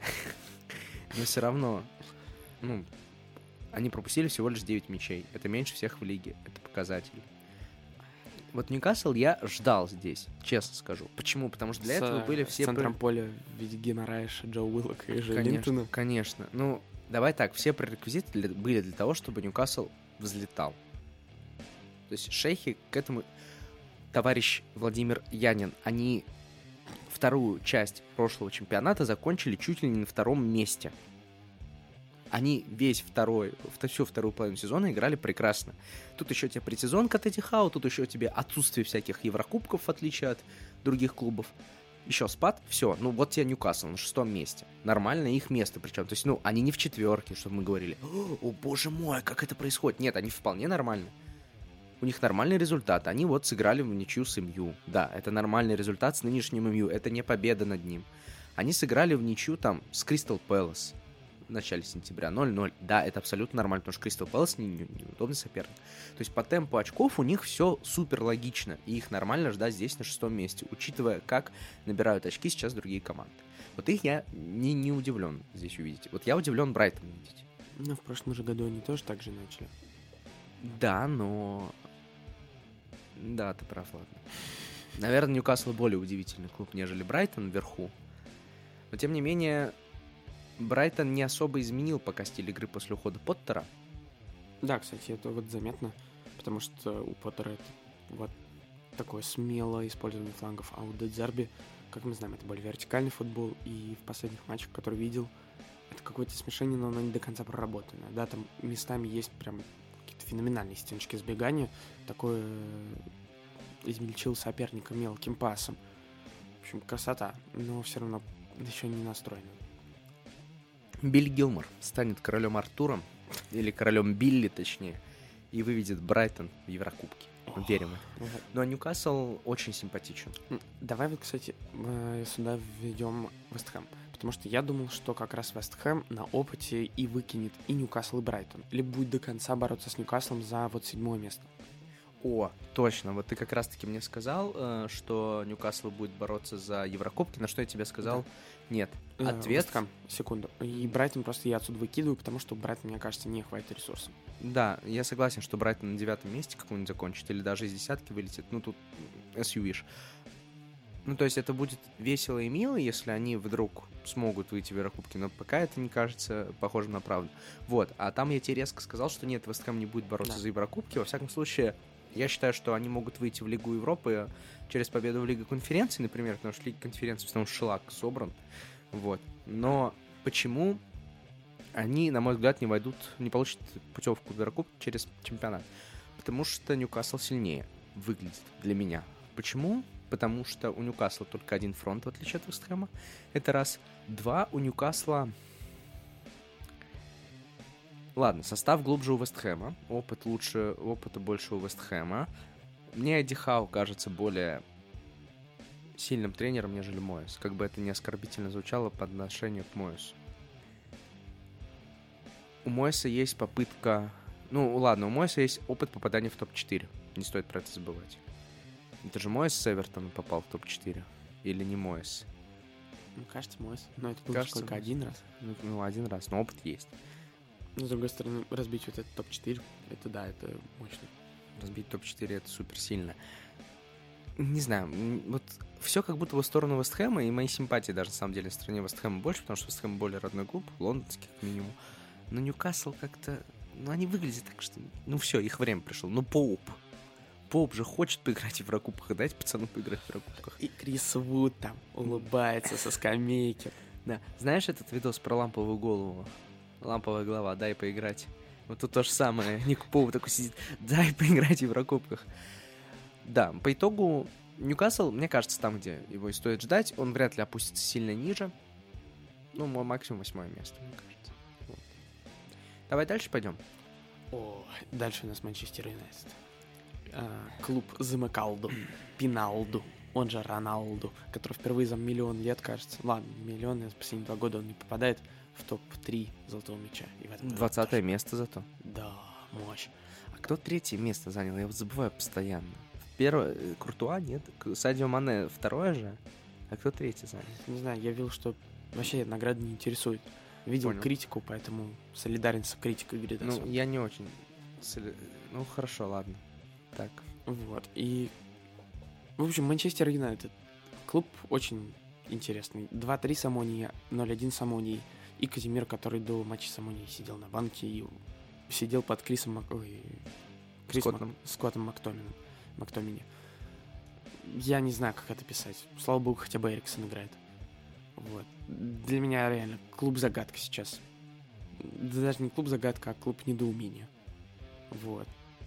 Но все равно, ну, они пропустили всего лишь девять мячей. Это меньше всех в лиге, это показатель. Вот Ньюкасл я ждал здесь, честно скажу. Почему? Потому что для С, этого были с все... центром поля в виде Геморраиша, Джо Уиллока и Жи Конечно, Линтона. конечно. Ну, давай так, все пререквизиты для- были для того, чтобы Ньюкасл взлетал. То есть шейхи к этому... Товарищ Владимир Янин, они вторую часть прошлого чемпионата закончили чуть ли не на втором месте. Они весь второй, всю вторую половину сезона играли прекрасно. Тут еще тебе предсезонка от Эдди Хау, тут еще тебе отсутствие всяких еврокубков, в отличие от других клубов. Еще спад, все, ну вот тебе Ньюкасл на шестом месте. Нормальное их место причем. То есть, ну, они не в четверке, чтобы мы говорили, о, боже мой, как это происходит. Нет, они вполне нормально. У них нормальный результат. Они вот сыграли в ничью с МЮ. Да, это нормальный результат с нынешним МЮ. Это не победа над ним. Они сыграли в ничью там с Кристал Пэлас в начале сентября ноль ноль. Да, это абсолютно нормально, потому что Кристал Пэлас не, не, неудобный соперник. То есть по темпу очков у них все супер логично. И их нормально ждать здесь на шестом месте, учитывая, как набирают очки сейчас другие команды. Вот их я не, не удивлен здесь увидеть. Вот я удивлен Брайтон видеть. Ну, в прошлом же году они тоже так же начали. Да, но... Да, ты прав, ладно. Наверное, Ньюкасл более удивительный клуб, нежели Брайтон вверху. Но, тем не менее, Брайтон не особо изменил пока стиль игры после ухода Поттера. Да, кстати, это вот заметно, потому что у Поттера это вот такое смелое использование флангов, а у Де Зерби, как мы знаем, это более вертикальный футбол, и в последних матчах, которые видел, это какое-то смешение, но оно не до конца проработанное. Да, там местами есть прям какие-то феноменальные стеночки сбегания, такое измельчил соперника мелким пасом. В общем, красота, но все равно еще не настроено. Билли Гилмор станет королем Артуром, или королем Билли, точнее, и выведет Брайтон в Еврокубке. Верим в это. Но Ньюкасл очень симпатичен. Давай вот, кстати, сюда введем Вест Хэм. Потому что я думал, что как раз Вест Хэм на опыте и выкинет и Ньюкасл, и Брайтон. Либо будет до конца бороться с Ньюкаслом за вот седьмое место. О, точно. Вот ты как раз-таки мне сказал, что Ньюкасл будет бороться за Еврокубки. На что я тебе сказал? Да. Нет. Ответ... Вест Хэм, секунду. И Брайтон просто я отсюда выкидываю, потому что у Брайтона, мне кажется, не хватит ресурсов. Да, я согласен, что Брайтон на девятом месте какой-нибудь закончит, или даже из десятки вылетит. Ну, тут as you wish. Ну, то есть это будет весело и мило, если они вдруг смогут выйти в Еврокубки, но пока это не кажется похожим на правду. Вот, а там я тебе резко сказал, что нет, Вест Хэм не будет бороться да. за Еврокубки. Во всяком случае, я считаю, что они могут выйти в Лигу Европы через победу в Лиге конференций, например, потому что Лига конференций в основном шлак собран. Вот. Но почему они, на мой взгляд, не войдут, не получат путевку в Еврокубок через чемпионат? Потому что Ньюкасл сильнее выглядит для меня. Почему? Потому что у Ньюкасла только один фронт, в отличие от Вест Хэма. Это раз. Два, у Ньюкасла... Ладно, состав глубже у Вест Хэма. Опыт лучше, опыта больше у Вест Хэма. Мне Эдди Хау кажется более сильным тренером, нежели Моэс. Как бы это ни оскорбительно звучало по отношению к Моэсу. У Моэса есть попытка... Ну, ладно, у Моэса есть опыт попадания в топ четыре. Не стоит про это забывать. Это же Моэс с Эвертоном попал в топ четыре. Или не Моэс? Ну, кажется, Моэс. Но это было только один раз. Ну, ну, один раз, но опыт есть. Но, с другой стороны, разбить вот этот топ четыре, это да, это мощно. Разбить топ четыре, это супер сильно. Не знаю, вот все как будто в сторону Вест Хэма, и мои симпатии даже, на самом деле, в стране Вест Хэма больше, потому что Вест Хэм более родной клуб, лондонский, как минимум. Но Ньюкасл как-то... Ну, они выглядят так, что... Ну, все, их время пришло. Ну, Поуп. Поуп же хочет поиграть в Еврокубках, дайте пацану поиграть в Еврокубках. И Крис Вуд там улыбается со скамейки. Да. Знаешь этот видос про ламповую голову? Ламповая голова, дай поиграть. Вот тут то же самое. Ник Поуп такой сидит, дай поиграть в Еврокубках. Да, по итогу Ньюкасл, мне кажется, там, где его и стоит ждать, он вряд ли опустится сильно ниже. Ну, максимум восьмое место, мне кажется. Вот. Давай дальше пойдем. О, дальше у нас Манчестер Юнайтед. А, клуб замыкалду, Пиналду, он же Роналду, который впервые за миллион лет, кажется, ладно, миллион, за последние два года он не попадает в топ три золотого мяча. двадцатое место зато. Да, мощь. А кто третье место занял? Я вот забываю постоянно. Первое, Куртуа, нет? Садио Мане второе же? А кто третий занял? Не знаю, я видел, что вообще награды не интересует. Видел Понял. критику, поэтому солидарен с критикой говорит. Ну, я не очень... Соли... Ну, хорошо, ладно. Так. Вот, и... В общем, Манчестер Юнайтед. Клуб очень интересный. два-три с Амонией, ноль-один с Амонией. И Казимир, который до матча с Амонией сидел на банке и сидел под Крисом... Мак... Ой, Крис Скоттом. Мак... Скоттом Мактомином. Мактомини. Я не знаю, как это писать. Слава богу, хотя бы Эриксон играет. Вот. Для меня реально клуб-загадка сейчас. Даже не клуб-загадка, а клуб недоумения. Вот.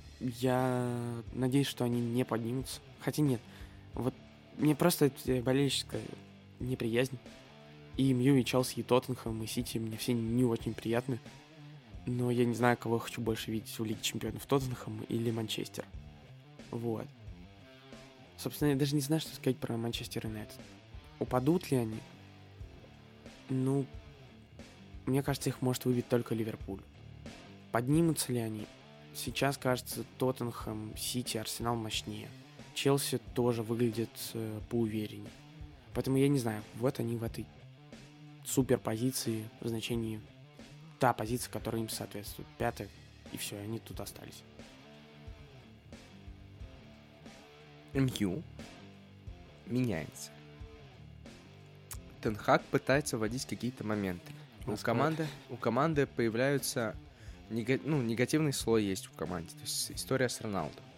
Я надеюсь, что они не поднимутся. Хотя нет. Вот мне просто это болельщическая неприязнь. И Мью, и Челси, и Тоттенхэм, и Сити мне все не очень приятны. Но я не знаю, кого я хочу больше видеть в Лиге Чемпионов. Тоттенхэм или Манчестер. Вот. Собственно, я даже не знаю, что сказать про Манчестер Юнайтед. Упадут ли они? Ну, мне кажется, их может выбить только Ливерпуль. Поднимутся ли они? Сейчас, кажется, Тоттенхэм, Сити, Арсенал мощнее. Челси тоже выглядит э, поувереннее. Поэтому я не знаю, вот они в этой супер позиции в значении та позиция, которая им соответствует. Пятая, и все, они тут остались. Мью меняется. Тен Хаг пытается вводить какие-то моменты. У команды, у команды появляются... Нега... Ну, негативный слой есть в команде. То есть история с Роналдо.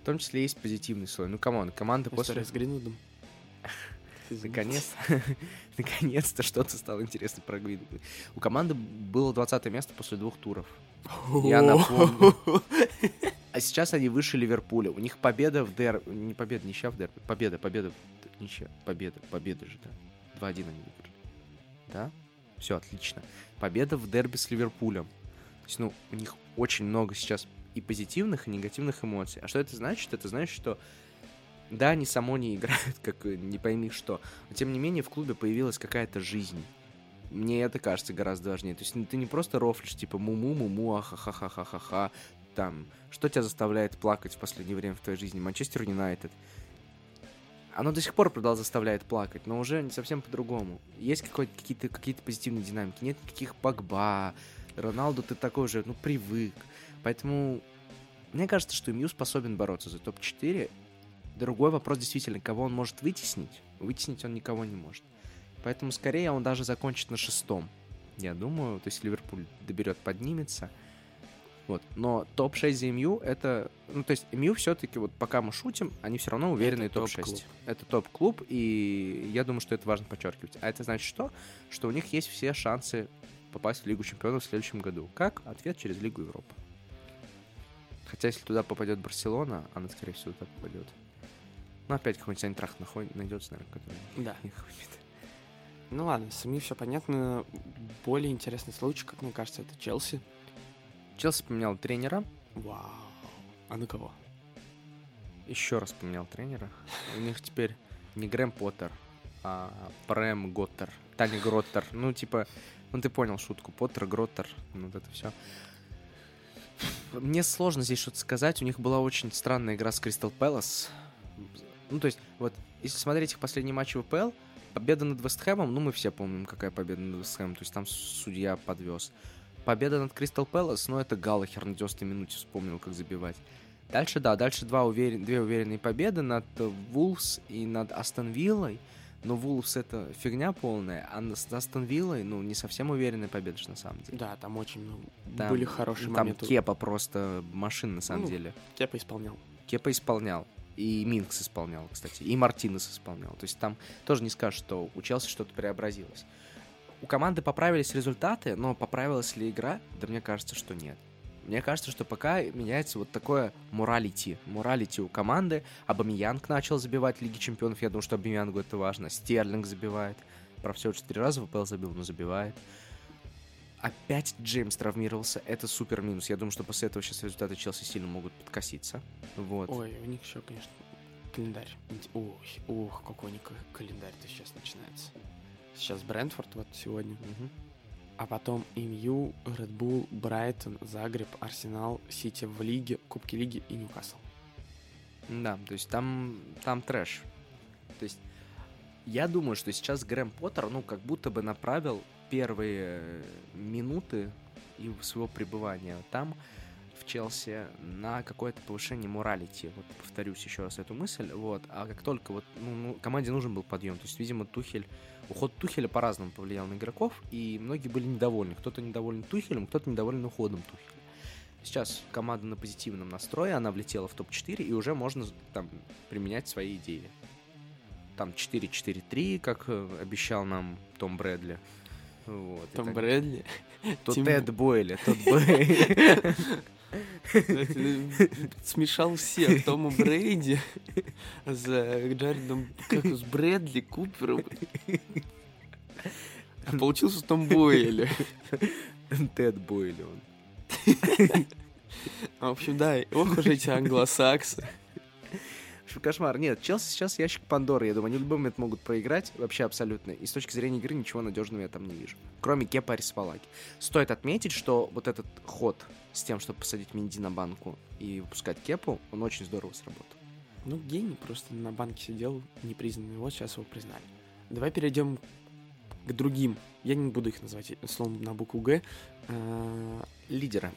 В том числе есть позитивный слой. Ну, камон, команда История после... с Гринвудом. Наконец-то, наконец-то что-то стало интересно про Гринвуд. У команды было двадцатое место после двух туров. Я напомню. А сейчас они выше Ливерпуля. У них победа в дерби. Не победа, ничья в дерби. Победа, победа. Ничья. Победа, победа же, да. два один они выиграли. Да? Все, отлично. Победа в дерби с Ливерпулем. То есть, ну, у них очень много сейчас и позитивных, и негативных эмоций. А что это значит? Это значит, что да, они само не играют, как не пойми что. Но, тем не менее, в клубе появилась какая-то жизнь. Мне это кажется гораздо важнее. То есть ты не просто рофлишь, типа му-му-му-му, ахахахахахаха. Там, что тебя заставляет плакать в последнее время в твоей жизни? Манчестер Юнайтед. Оно до сих пор продолжает заставляет плакать, но уже не совсем по-другому. Есть какие-то, какие-то позитивные динамики. Нет никаких Погба. Роналду ты такой же, ну, привык. Поэтому мне кажется, что МЮ способен бороться за топ четыре. Другой вопрос действительно, кого он может вытеснить. Вытеснить он никого не может. Поэтому скорее он даже закончит на шестом. Я думаю, то есть Ливерпуль доберет, поднимется. Вот. Но топ шесть за МЮ это... Ну, то есть МЮ все-таки, вот пока мы шутим, они все равно уверенные топ шесть. Это топ-клуб, и я думаю, что это важно подчеркивать. А это значит что? Что у них есть все шансы попасть в Лигу Чемпионов в следующем году. Как? Ответ через Лигу Европы. Хотя если туда попадет Барселона, она, скорее всего, туда попадет. Ну, опять какой-нибудь Айнтрахт найдется, наверное, который да. их выбьет. Ну ладно, с МЮ все понятно. Более интересный случай, как мне кажется, это Челси. Челси поменял тренера. Вау. А на кого? Еще раз поменял тренера. У них теперь не Грэм Поттер, а Прэм Готтер. Таня Гроттер. Ну, типа, ну ты понял шутку. Поттер, Гроттер. Ну, вот это все. Мне сложно здесь что-то сказать. У них была очень странная игра с Кристал Пэлас. Ну, то есть, вот, если смотреть их последние матчи в ВПЛ, победа над Вест Хэмом, ну, мы все помним, какая победа над Вест Хэмом. То есть, там судья подвез. Победа над Кристал Пэлас, ну, это Галлахер на девяностой минуте вспомнил, как забивать. Дальше, да, дальше два уверен... две уверенные победы над Вулфс и над Астон Виллой. Но Вулфс это фигня полная, а с Астон Виллой, ну, не совсем уверенная победа, на самом деле. Да, там очень много там, были хорошие там моменты. Там Кепа просто машина, на самом ну, деле. Кепа исполнял. Кепа исполнял. И Минкс исполнял, кстати. И Мартинес исполнял. То есть там тоже не скажешь, что у Челси что-то преобразилось. У команды поправились результаты, но поправилась ли игра? Да мне кажется, что нет. Мне кажется, что пока меняется вот такое моралити. Моралити у команды. Абамеянг начал забивать в Лиге Чемпионов. Я думаю, что Абамеянгу это важно. Стерлинг забивает. Про всего четыре раза в ВПЛ забил, но забивает. Опять Джеймс травмировался. Это супер минус. Я думаю, что после этого сейчас результаты Челси сильно могут подкоситься. Вот. Ой, у них еще, конечно, календарь. Ой, ох, какой у них календарь-то сейчас начинается. Сейчас Брентфорд вот сегодня. Угу. А потом МЮ, Ред Булл, Брайтон, Загреб, Арсенал, Сити в Лиге, Кубке Лиги и Ньюкасл. Да, то есть там, там трэш. То есть я думаю, что сейчас Грэм Поттер, ну, как будто бы направил первые минуты своего пребывания там, в Челси, на какое-то повышение моралити. Вот повторюсь еще раз эту мысль. Вот. А как только вот, ну, ну, команде нужен был подъем. То есть, видимо, Тухель... Уход Тухеля по-разному повлиял на игроков, и многие были недовольны. Кто-то недоволен Тухелем, кто-то недоволен уходом Тухеля. Сейчас команда на позитивном настрое, она влетела в топ четыре, и уже можно там применять свои идеи. Там четыре четыре три, как обещал нам Том Брэдли. Вот, Том так... Брэдли? То Тим... Тед Бойли, тот Бойли. Смешал всех. Тома Брейди за Джаредом, как с Брэдли, Купером. А получился Том Бойли. Тед Бойли он. В общем, да, ох уж эти англосаксы. Кошмар. Нет, Челси сейчас ящик Пандоры. Я думаю, они в любой момент могут проиграть вообще абсолютно. И с точки зрения игры ничего надежного я там не вижу. Кроме Кепа Арисапалаги. Стоит отметить, что вот этот ход с тем, чтобы посадить Менди на банку и выпускать Кепу, он очень здорово сработал. Ну, гений просто на банке сидел, непризнанный. Вот сейчас его признали. Давай перейдем к другим. Я не буду их называть словом на букву Г. Лидеры.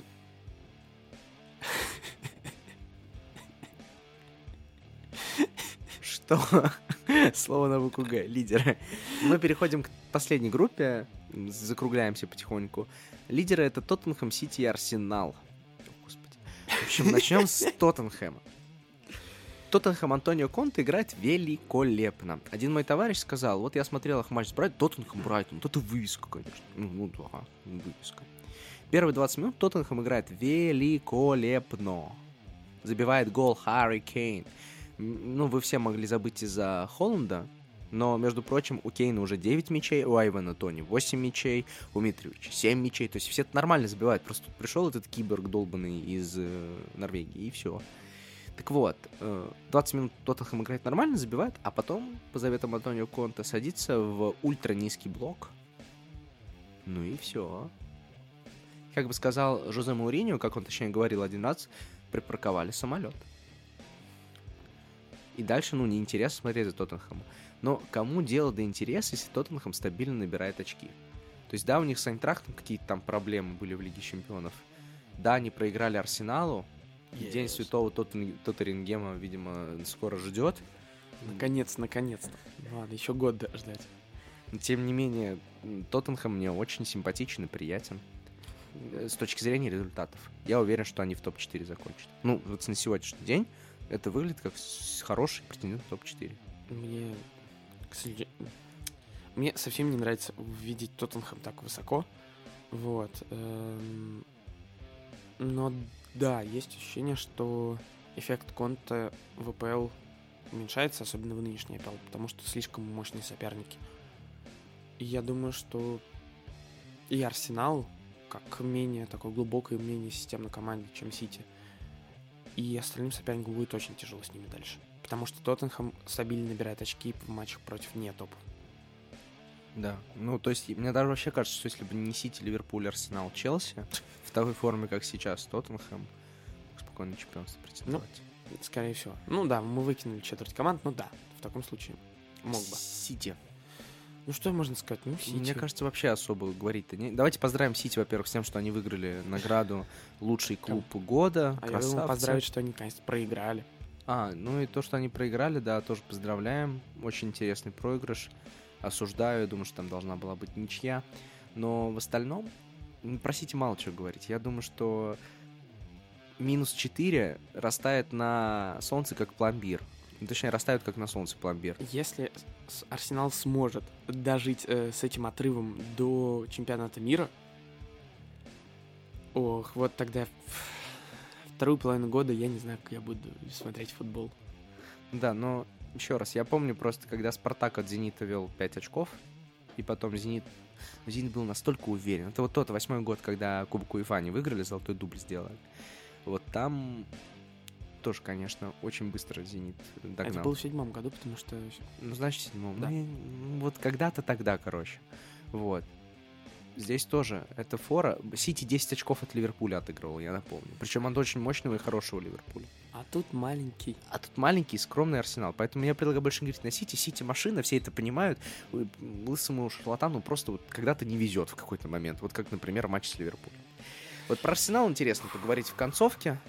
Что? Слово на букву Г. Лидеры. Мы переходим к последней группе. Закругляемся потихоньку. Лидеры — это Тоттенхэм, Сити и Арсенал. О, Господи. В общем, начнем с Тоттенхэма. Тоттенхэм Антонио Конте играет великолепно. Один мой товарищ сказал, вот я смотрел их матч с Брайтоном, Тоттенхэм Брайтон, вот это вывеска, конечно. Ну, ну да, вывеска. Первые двадцать минут Тоттенхэм играет великолепно. Забивает гол Харри Кейн. Ну, вы все могли забыть из-за Холланда, но, между прочим, у Кейна уже девять мячей, у Айвана Тони восемь мячей, у Митровича семь мячей. То есть все это нормально забивают. Просто тут пришел этот киборг долбанный из э, Норвегии, и все. Так вот, э, двадцать минут Тоттенхэм играет нормально, забивает, а потом, по заветам Антонио Конте, садится в ультра низкий блок. Ну и все. Как бы сказал Жозе Мауриньо, как он точнее говорил один раз, припарковали самолет. И дальше, ну, неинтересно смотреть за Тоттенхэмом. Но кому дело до интереса, если Тоттенхэм стабильно набирает очки? То есть, да, у них с Айнтрахтом какие-то там проблемы были в Лиге Чемпионов. Да, они проиграли Арсеналу. Yes. День Святого Тоттен... Тоттерингема, видимо, скоро ждет. Наконец, наконец-то. Ладно, еще год ждать. Но, тем не менее, Тоттенхэм мне очень симпатичен и приятен. С точки зрения результатов. Я уверен, что они в топ четыре закончат. Ну, вот на сегодняшний день это выглядит как хороший претендент в топ четыре. Мне, к сожалению, мне совсем не нравится видеть Тоттенхэм так высоко. Вот. Но да, есть ощущение, что эффект Конте в АПЛ уменьшается, особенно в нынешней АПЛ, потому что слишком мощные соперники. И я думаю, что и Арсенал, как менее такой глубокой, менее системной команде, чем Сити, и остальным соперникам будет очень тяжело с ними дальше. Потому что Тоттенхэм стабильно набирает очки в матчах против не топов. Да, ну то есть мне даже вообще кажется, что если бы не Сити, Ливерпуль, Арсенал, Челси в такой форме, как сейчас, Тоттенхэм спокойно чемпионство претендовать. Ну, скорее всего. Ну да, мы выкинули четверть команд, ну да, в таком случае мог бы. Сити. Ну что можно сказать? Ну, Сити. Мне кажется, вообще особо говорить-то не... Давайте поздравим Сити, во-первых, с тем, что они выиграли награду «Лучший клуб года». А красавцы. Я думаю, поздравить, что они, конечно, проиграли. А, ну и то, что они проиграли, да, тоже поздравляем. Очень интересный проигрыш. Осуждаю, думаю, что там должна была быть ничья. Но в остальном, про Сити мало чего говорить. Я думаю, что минус четыре растает на солнце, как пломбир. Точнее, растают, как на солнце пломбир. Если Арсенал сможет дожить э, с этим отрывом до чемпионата мира, ох, вот тогда вторую половину года я не знаю, как я буду смотреть футбол. Да, но еще раз, я помню просто, когда Спартак от Зенита вел пять очков, и потом Зенит... Зенит был настолько уверен. Это вот тот восьмой год, когда Кубок УЕФА не выиграли, золотой дубль сделали. Вот там... тоже, конечно, очень быстро Зенит догнал. Это было в седьмом году, потому что... Ну, значит, в седьмом. Да. Ну, вот когда-то тогда, короче. Вот. Здесь тоже это фора. Сити десять очков от Ливерпуля отыгрывал, я напомню. Причем от очень мощного и хорошего Ливерпуля. А тут маленький. А тут маленький, скромный Арсенал. Поэтому я предлагаю больше говорить на Сити. Сити машина, все это понимают. Лысому шарлатану просто вот когда-то не везет в какой-то момент. Вот как, например, матч с Ливерпулем. Вот про Арсенал интересно поговорить в концовке.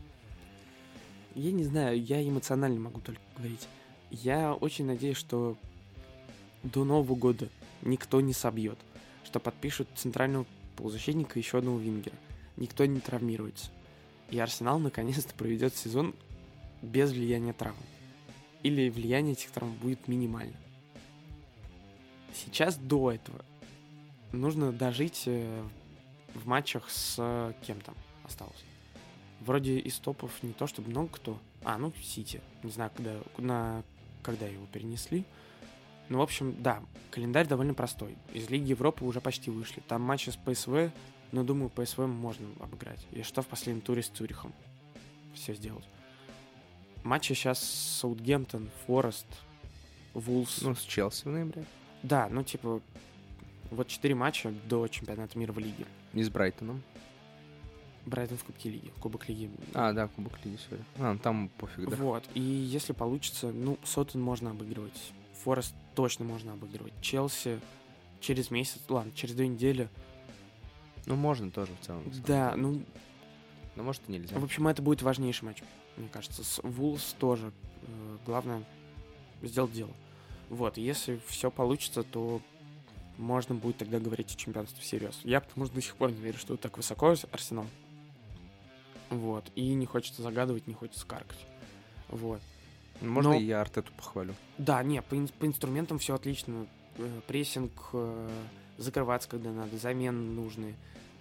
Я не знаю, я эмоционально могу только говорить. Я очень надеюсь, что до Нового года никто не собьет, что подпишут центрального полузащитника и еще одного вингера. Никто не травмируется. И Арсенал наконец-то проведет сезон без влияния травм. Или влияние этих травм будет минимально. Сейчас до этого нужно дожить в матчах с кем там осталось. Вроде из топов не то, чтобы много кто. А, ну, Сити. Не знаю, когда, на, когда его перенесли. Ну, в общем, да, календарь довольно простой. Из Лиги Европы уже почти вышли. Там матчи с ПСВ, но, думаю, ПСВ можно обыграть. И что в последнем туре с Цюрихом все сделать. Матчи сейчас Саутгемптон, Форест, Вулс. Ну, с Челси в ноябре. Да, ну, типа, вот четыре матча до чемпионата мира в Лиге. И с Брайтоном. Брайтон в Кубке Лиги, Кубок Лиги. А, да, Кубок Лиги, сори. А, там пофиг, да. Вот, и если получится, ну, Сотен можно обыгрывать, Форест точно можно обыгрывать, Челси через месяц, ладно, через две недели. Ну, можно тоже в целом. Да, ну... Но может и нельзя. В общем, это будет важнейший матч, мне кажется. С Вулс тоже. Главное, сделать дело. Вот, если все получится, то можно будет тогда говорить о чемпионстве всерьез. Я потому что до сих пор не верю, что так высоко Арсенал. Вот. И не хочется загадывать, не хочется каркать. Вот. Можно Но- я Артету похвалю? Да, не, по, ин- по инструментам все отлично. Э, Прессинг, э, закрываться, когда надо, замены нужные.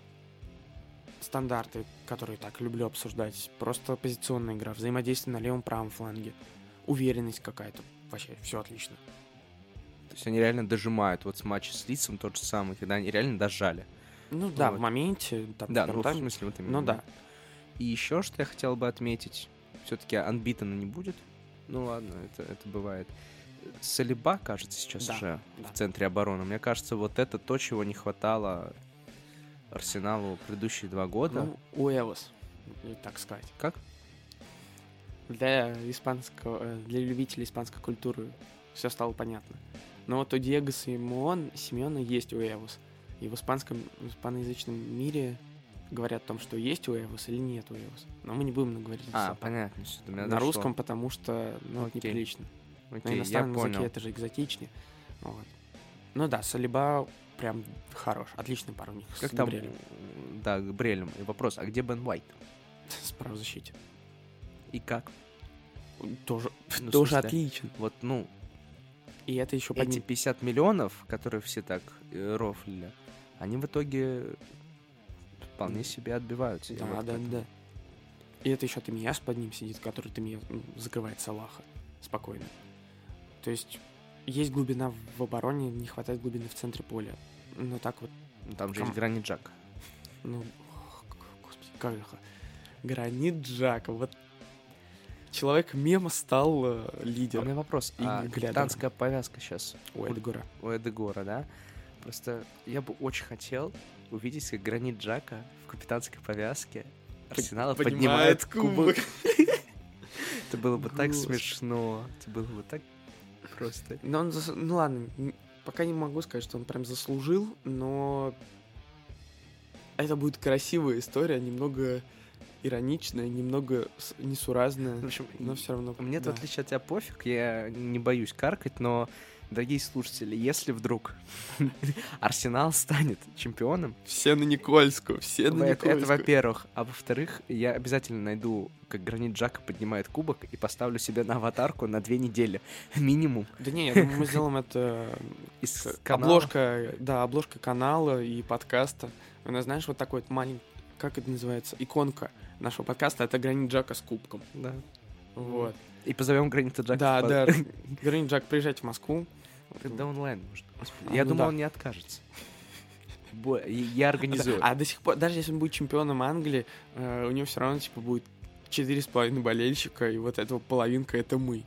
Стандарты, которые так люблю обсуждать. Просто позиционная игра, взаимодействие на левом-правом фланге. Уверенность какая-то. Вообще, все отлично. То есть они реально дожимают. Вот с матча с Лицом тот же самый, когда они реально дожали. Ну да, Вот. в моменте. Там, Да, в ну в тайме. смысле вот именно. Ну да. И еще что я хотел бы отметить. Все-таки анбитена не будет. Ну ладно, это, это бывает. Салиба, кажется, сейчас Да, уже да. в центре обороны. Мне кажется, вот это то, чего не хватало Арсеналу предыдущие два года. Ну, Уэвос, так сказать. Как? Для испанского, э, для любителей испанской культуры все стало понятно. Но вот у Диего Симеон, Симеона есть Уэвос. И в испанском, в испаноязычном мире говорят о том, что есть Уэвос или нет Уэвос. Но мы не будем говорить А, это понятно. Всё, до меня на дошло. русском, потому что ну, это Окей. неприлично. На Окей, я иностранном языке понял. это же экзотичнее. Вот. Ну да, Салиба прям хорош. Отличный пар у них Как с там? Габриэлем. Да, Габриэлем. И вопрос, а где Бен Уайт? С правозащите. И как? Тоже, Ну, в тоже смысле, отлично. Вот, ну, И это еще эти подним... пятьдесят миллионов, которые все так э, рофлили, они в итоге вполне себе отбиваются. Я Да, вот да, поэтому- да. И это еще Тамияс под ним сидит, который Тамияс ну, закрывает Салаха спокойно. То есть есть глубина в обороне, не хватает глубины в центре поля. Но так вот, Ну, Там же Ком- есть Гранит Джак. ну, ох, господи, как же. Гранит Джака, вот человек мема стал э, А у лидером меня вопрос. И А глядя. капитанская повязка сейчас у Эдгора. у Эдегора, да? Просто я бы очень хотел увидеть, как Гранит Джака в капитанской повязке Арсенала поднимает поднимает кубок. кубок. Это было бы так Господи. смешно. Это было бы так просто. Но он зас- Ну ладно, н- пока не могу сказать, что он прям заслужил, но это будет красивая история, немного ироничная, немного с- несуразная, В общем, но все равно. мне, в да. отличие от тебя, пофиг, я не боюсь каркать, но, дорогие слушатели, если вдруг Арсенал станет чемпионом, Все на Никольскую, все на это, это Никольскую. во-первых. А во-вторых, я обязательно найду, как Гранит Джака поднимает кубок и поставлю себе на аватарку на две недели минимум. Да не, я думаю, мы сделаем это Из с- канала. обложка, да, обложка канала и подкаста. У нас, знаешь, вот такой вот маленький, как это называется, иконка нашего подкаста, это Гранит Джака с кубком. Да. Вот. И позовем Гранита Джака. Да, в да. под- Гранит Джак, приезжайте в Москву. Да онлайн может. Господи, А, я ну думал, да. он не откажется. Бо- Я организую. А до сих пор, даже если он будет чемпионом Англии, э, у него все равно типа будет четыре с половиной болельщика, и вот этого половинка это мы.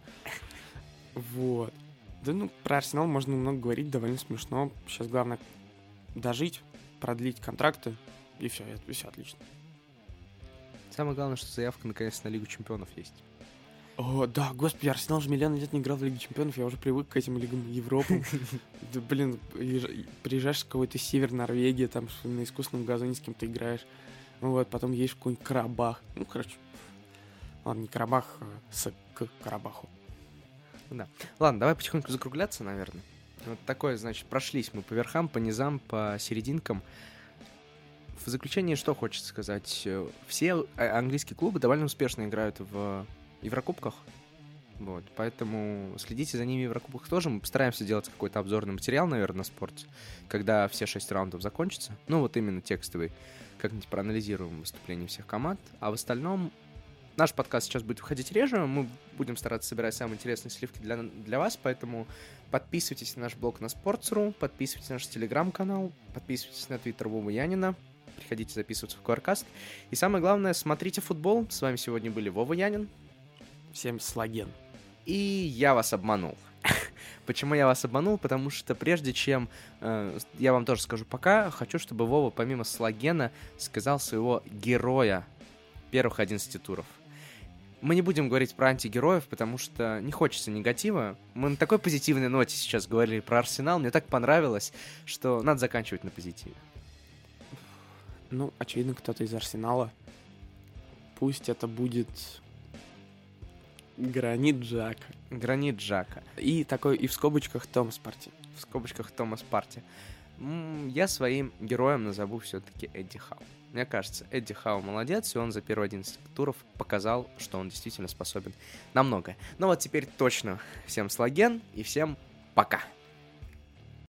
Вот. Да ну, про Арсенал можно много говорить, довольно смешно. Сейчас главное дожить, продлить контракты, и все, и все отлично. Самое главное, что заявка наконец на Лигу Чемпионов есть. О, да, господи, Арсенал же миллион лет не играл в Лиге Чемпионов, я уже привык к этим Лигам Европы. Да, блин, езж- приезжаешь в какой-то север Норвегии, там что на искусственном газоне с кем-то играешь. Вот, потом едешь в какой-нибудь Карабах. Ну, короче, ладно, не Карабах, а с к Карабаху. Ладно, давай потихоньку закругляться, наверное. Вот такое, значит, прошлись мы по верхам, по низам, по серединкам. В заключение что хочется сказать? Э, Все а- английские клубы довольно успешно играют в Еврокубках. Вот, поэтому следите за ними в Еврокубках тоже. Мы постараемся делать какой-то обзорный материал, наверное, на спорте, когда все шесть раундов закончатся. Ну, вот именно текстовый. Как-нибудь проанализируем выступления всех команд. А в остальном наш подкаст сейчас будет выходить реже. Мы будем стараться собирать самые интересные сливки для, для вас, поэтому подписывайтесь на наш блог на Sports точка ру, подписывайтесь на наш телеграм-канал, подписывайтесь на твиттер Вовы Янина, приходите записываться в Кваркаст. И самое главное, смотрите футбол. С вами сегодня были Вова Янин. Всем слаген. И я вас обманул. Почему я вас обманул? Потому что прежде чем э, я вам тоже скажу пока, хочу, чтобы Вова помимо слогена сказал своего героя первых одиннадцати туров. Мы не будем говорить про антигероев, потому что не хочется негатива. Мы на такой позитивной ноте сейчас говорили про Арсенал. Мне так понравилось, что надо заканчивать на позитиве. Ну, очевидно, кто-то из Арсенала. Пусть это будет Гранит Джака. Гранит Джака. И такой, и в скобочках Томас Парти. В скобочках Томас Парти. М, Я своим героем назову все-таки Эдди Хау. Мне кажется, Эдди Хау молодец, и он за первые одиннадцать туров показал, что он действительно способен на многое. Ну вот теперь точно всем слоген и всем пока.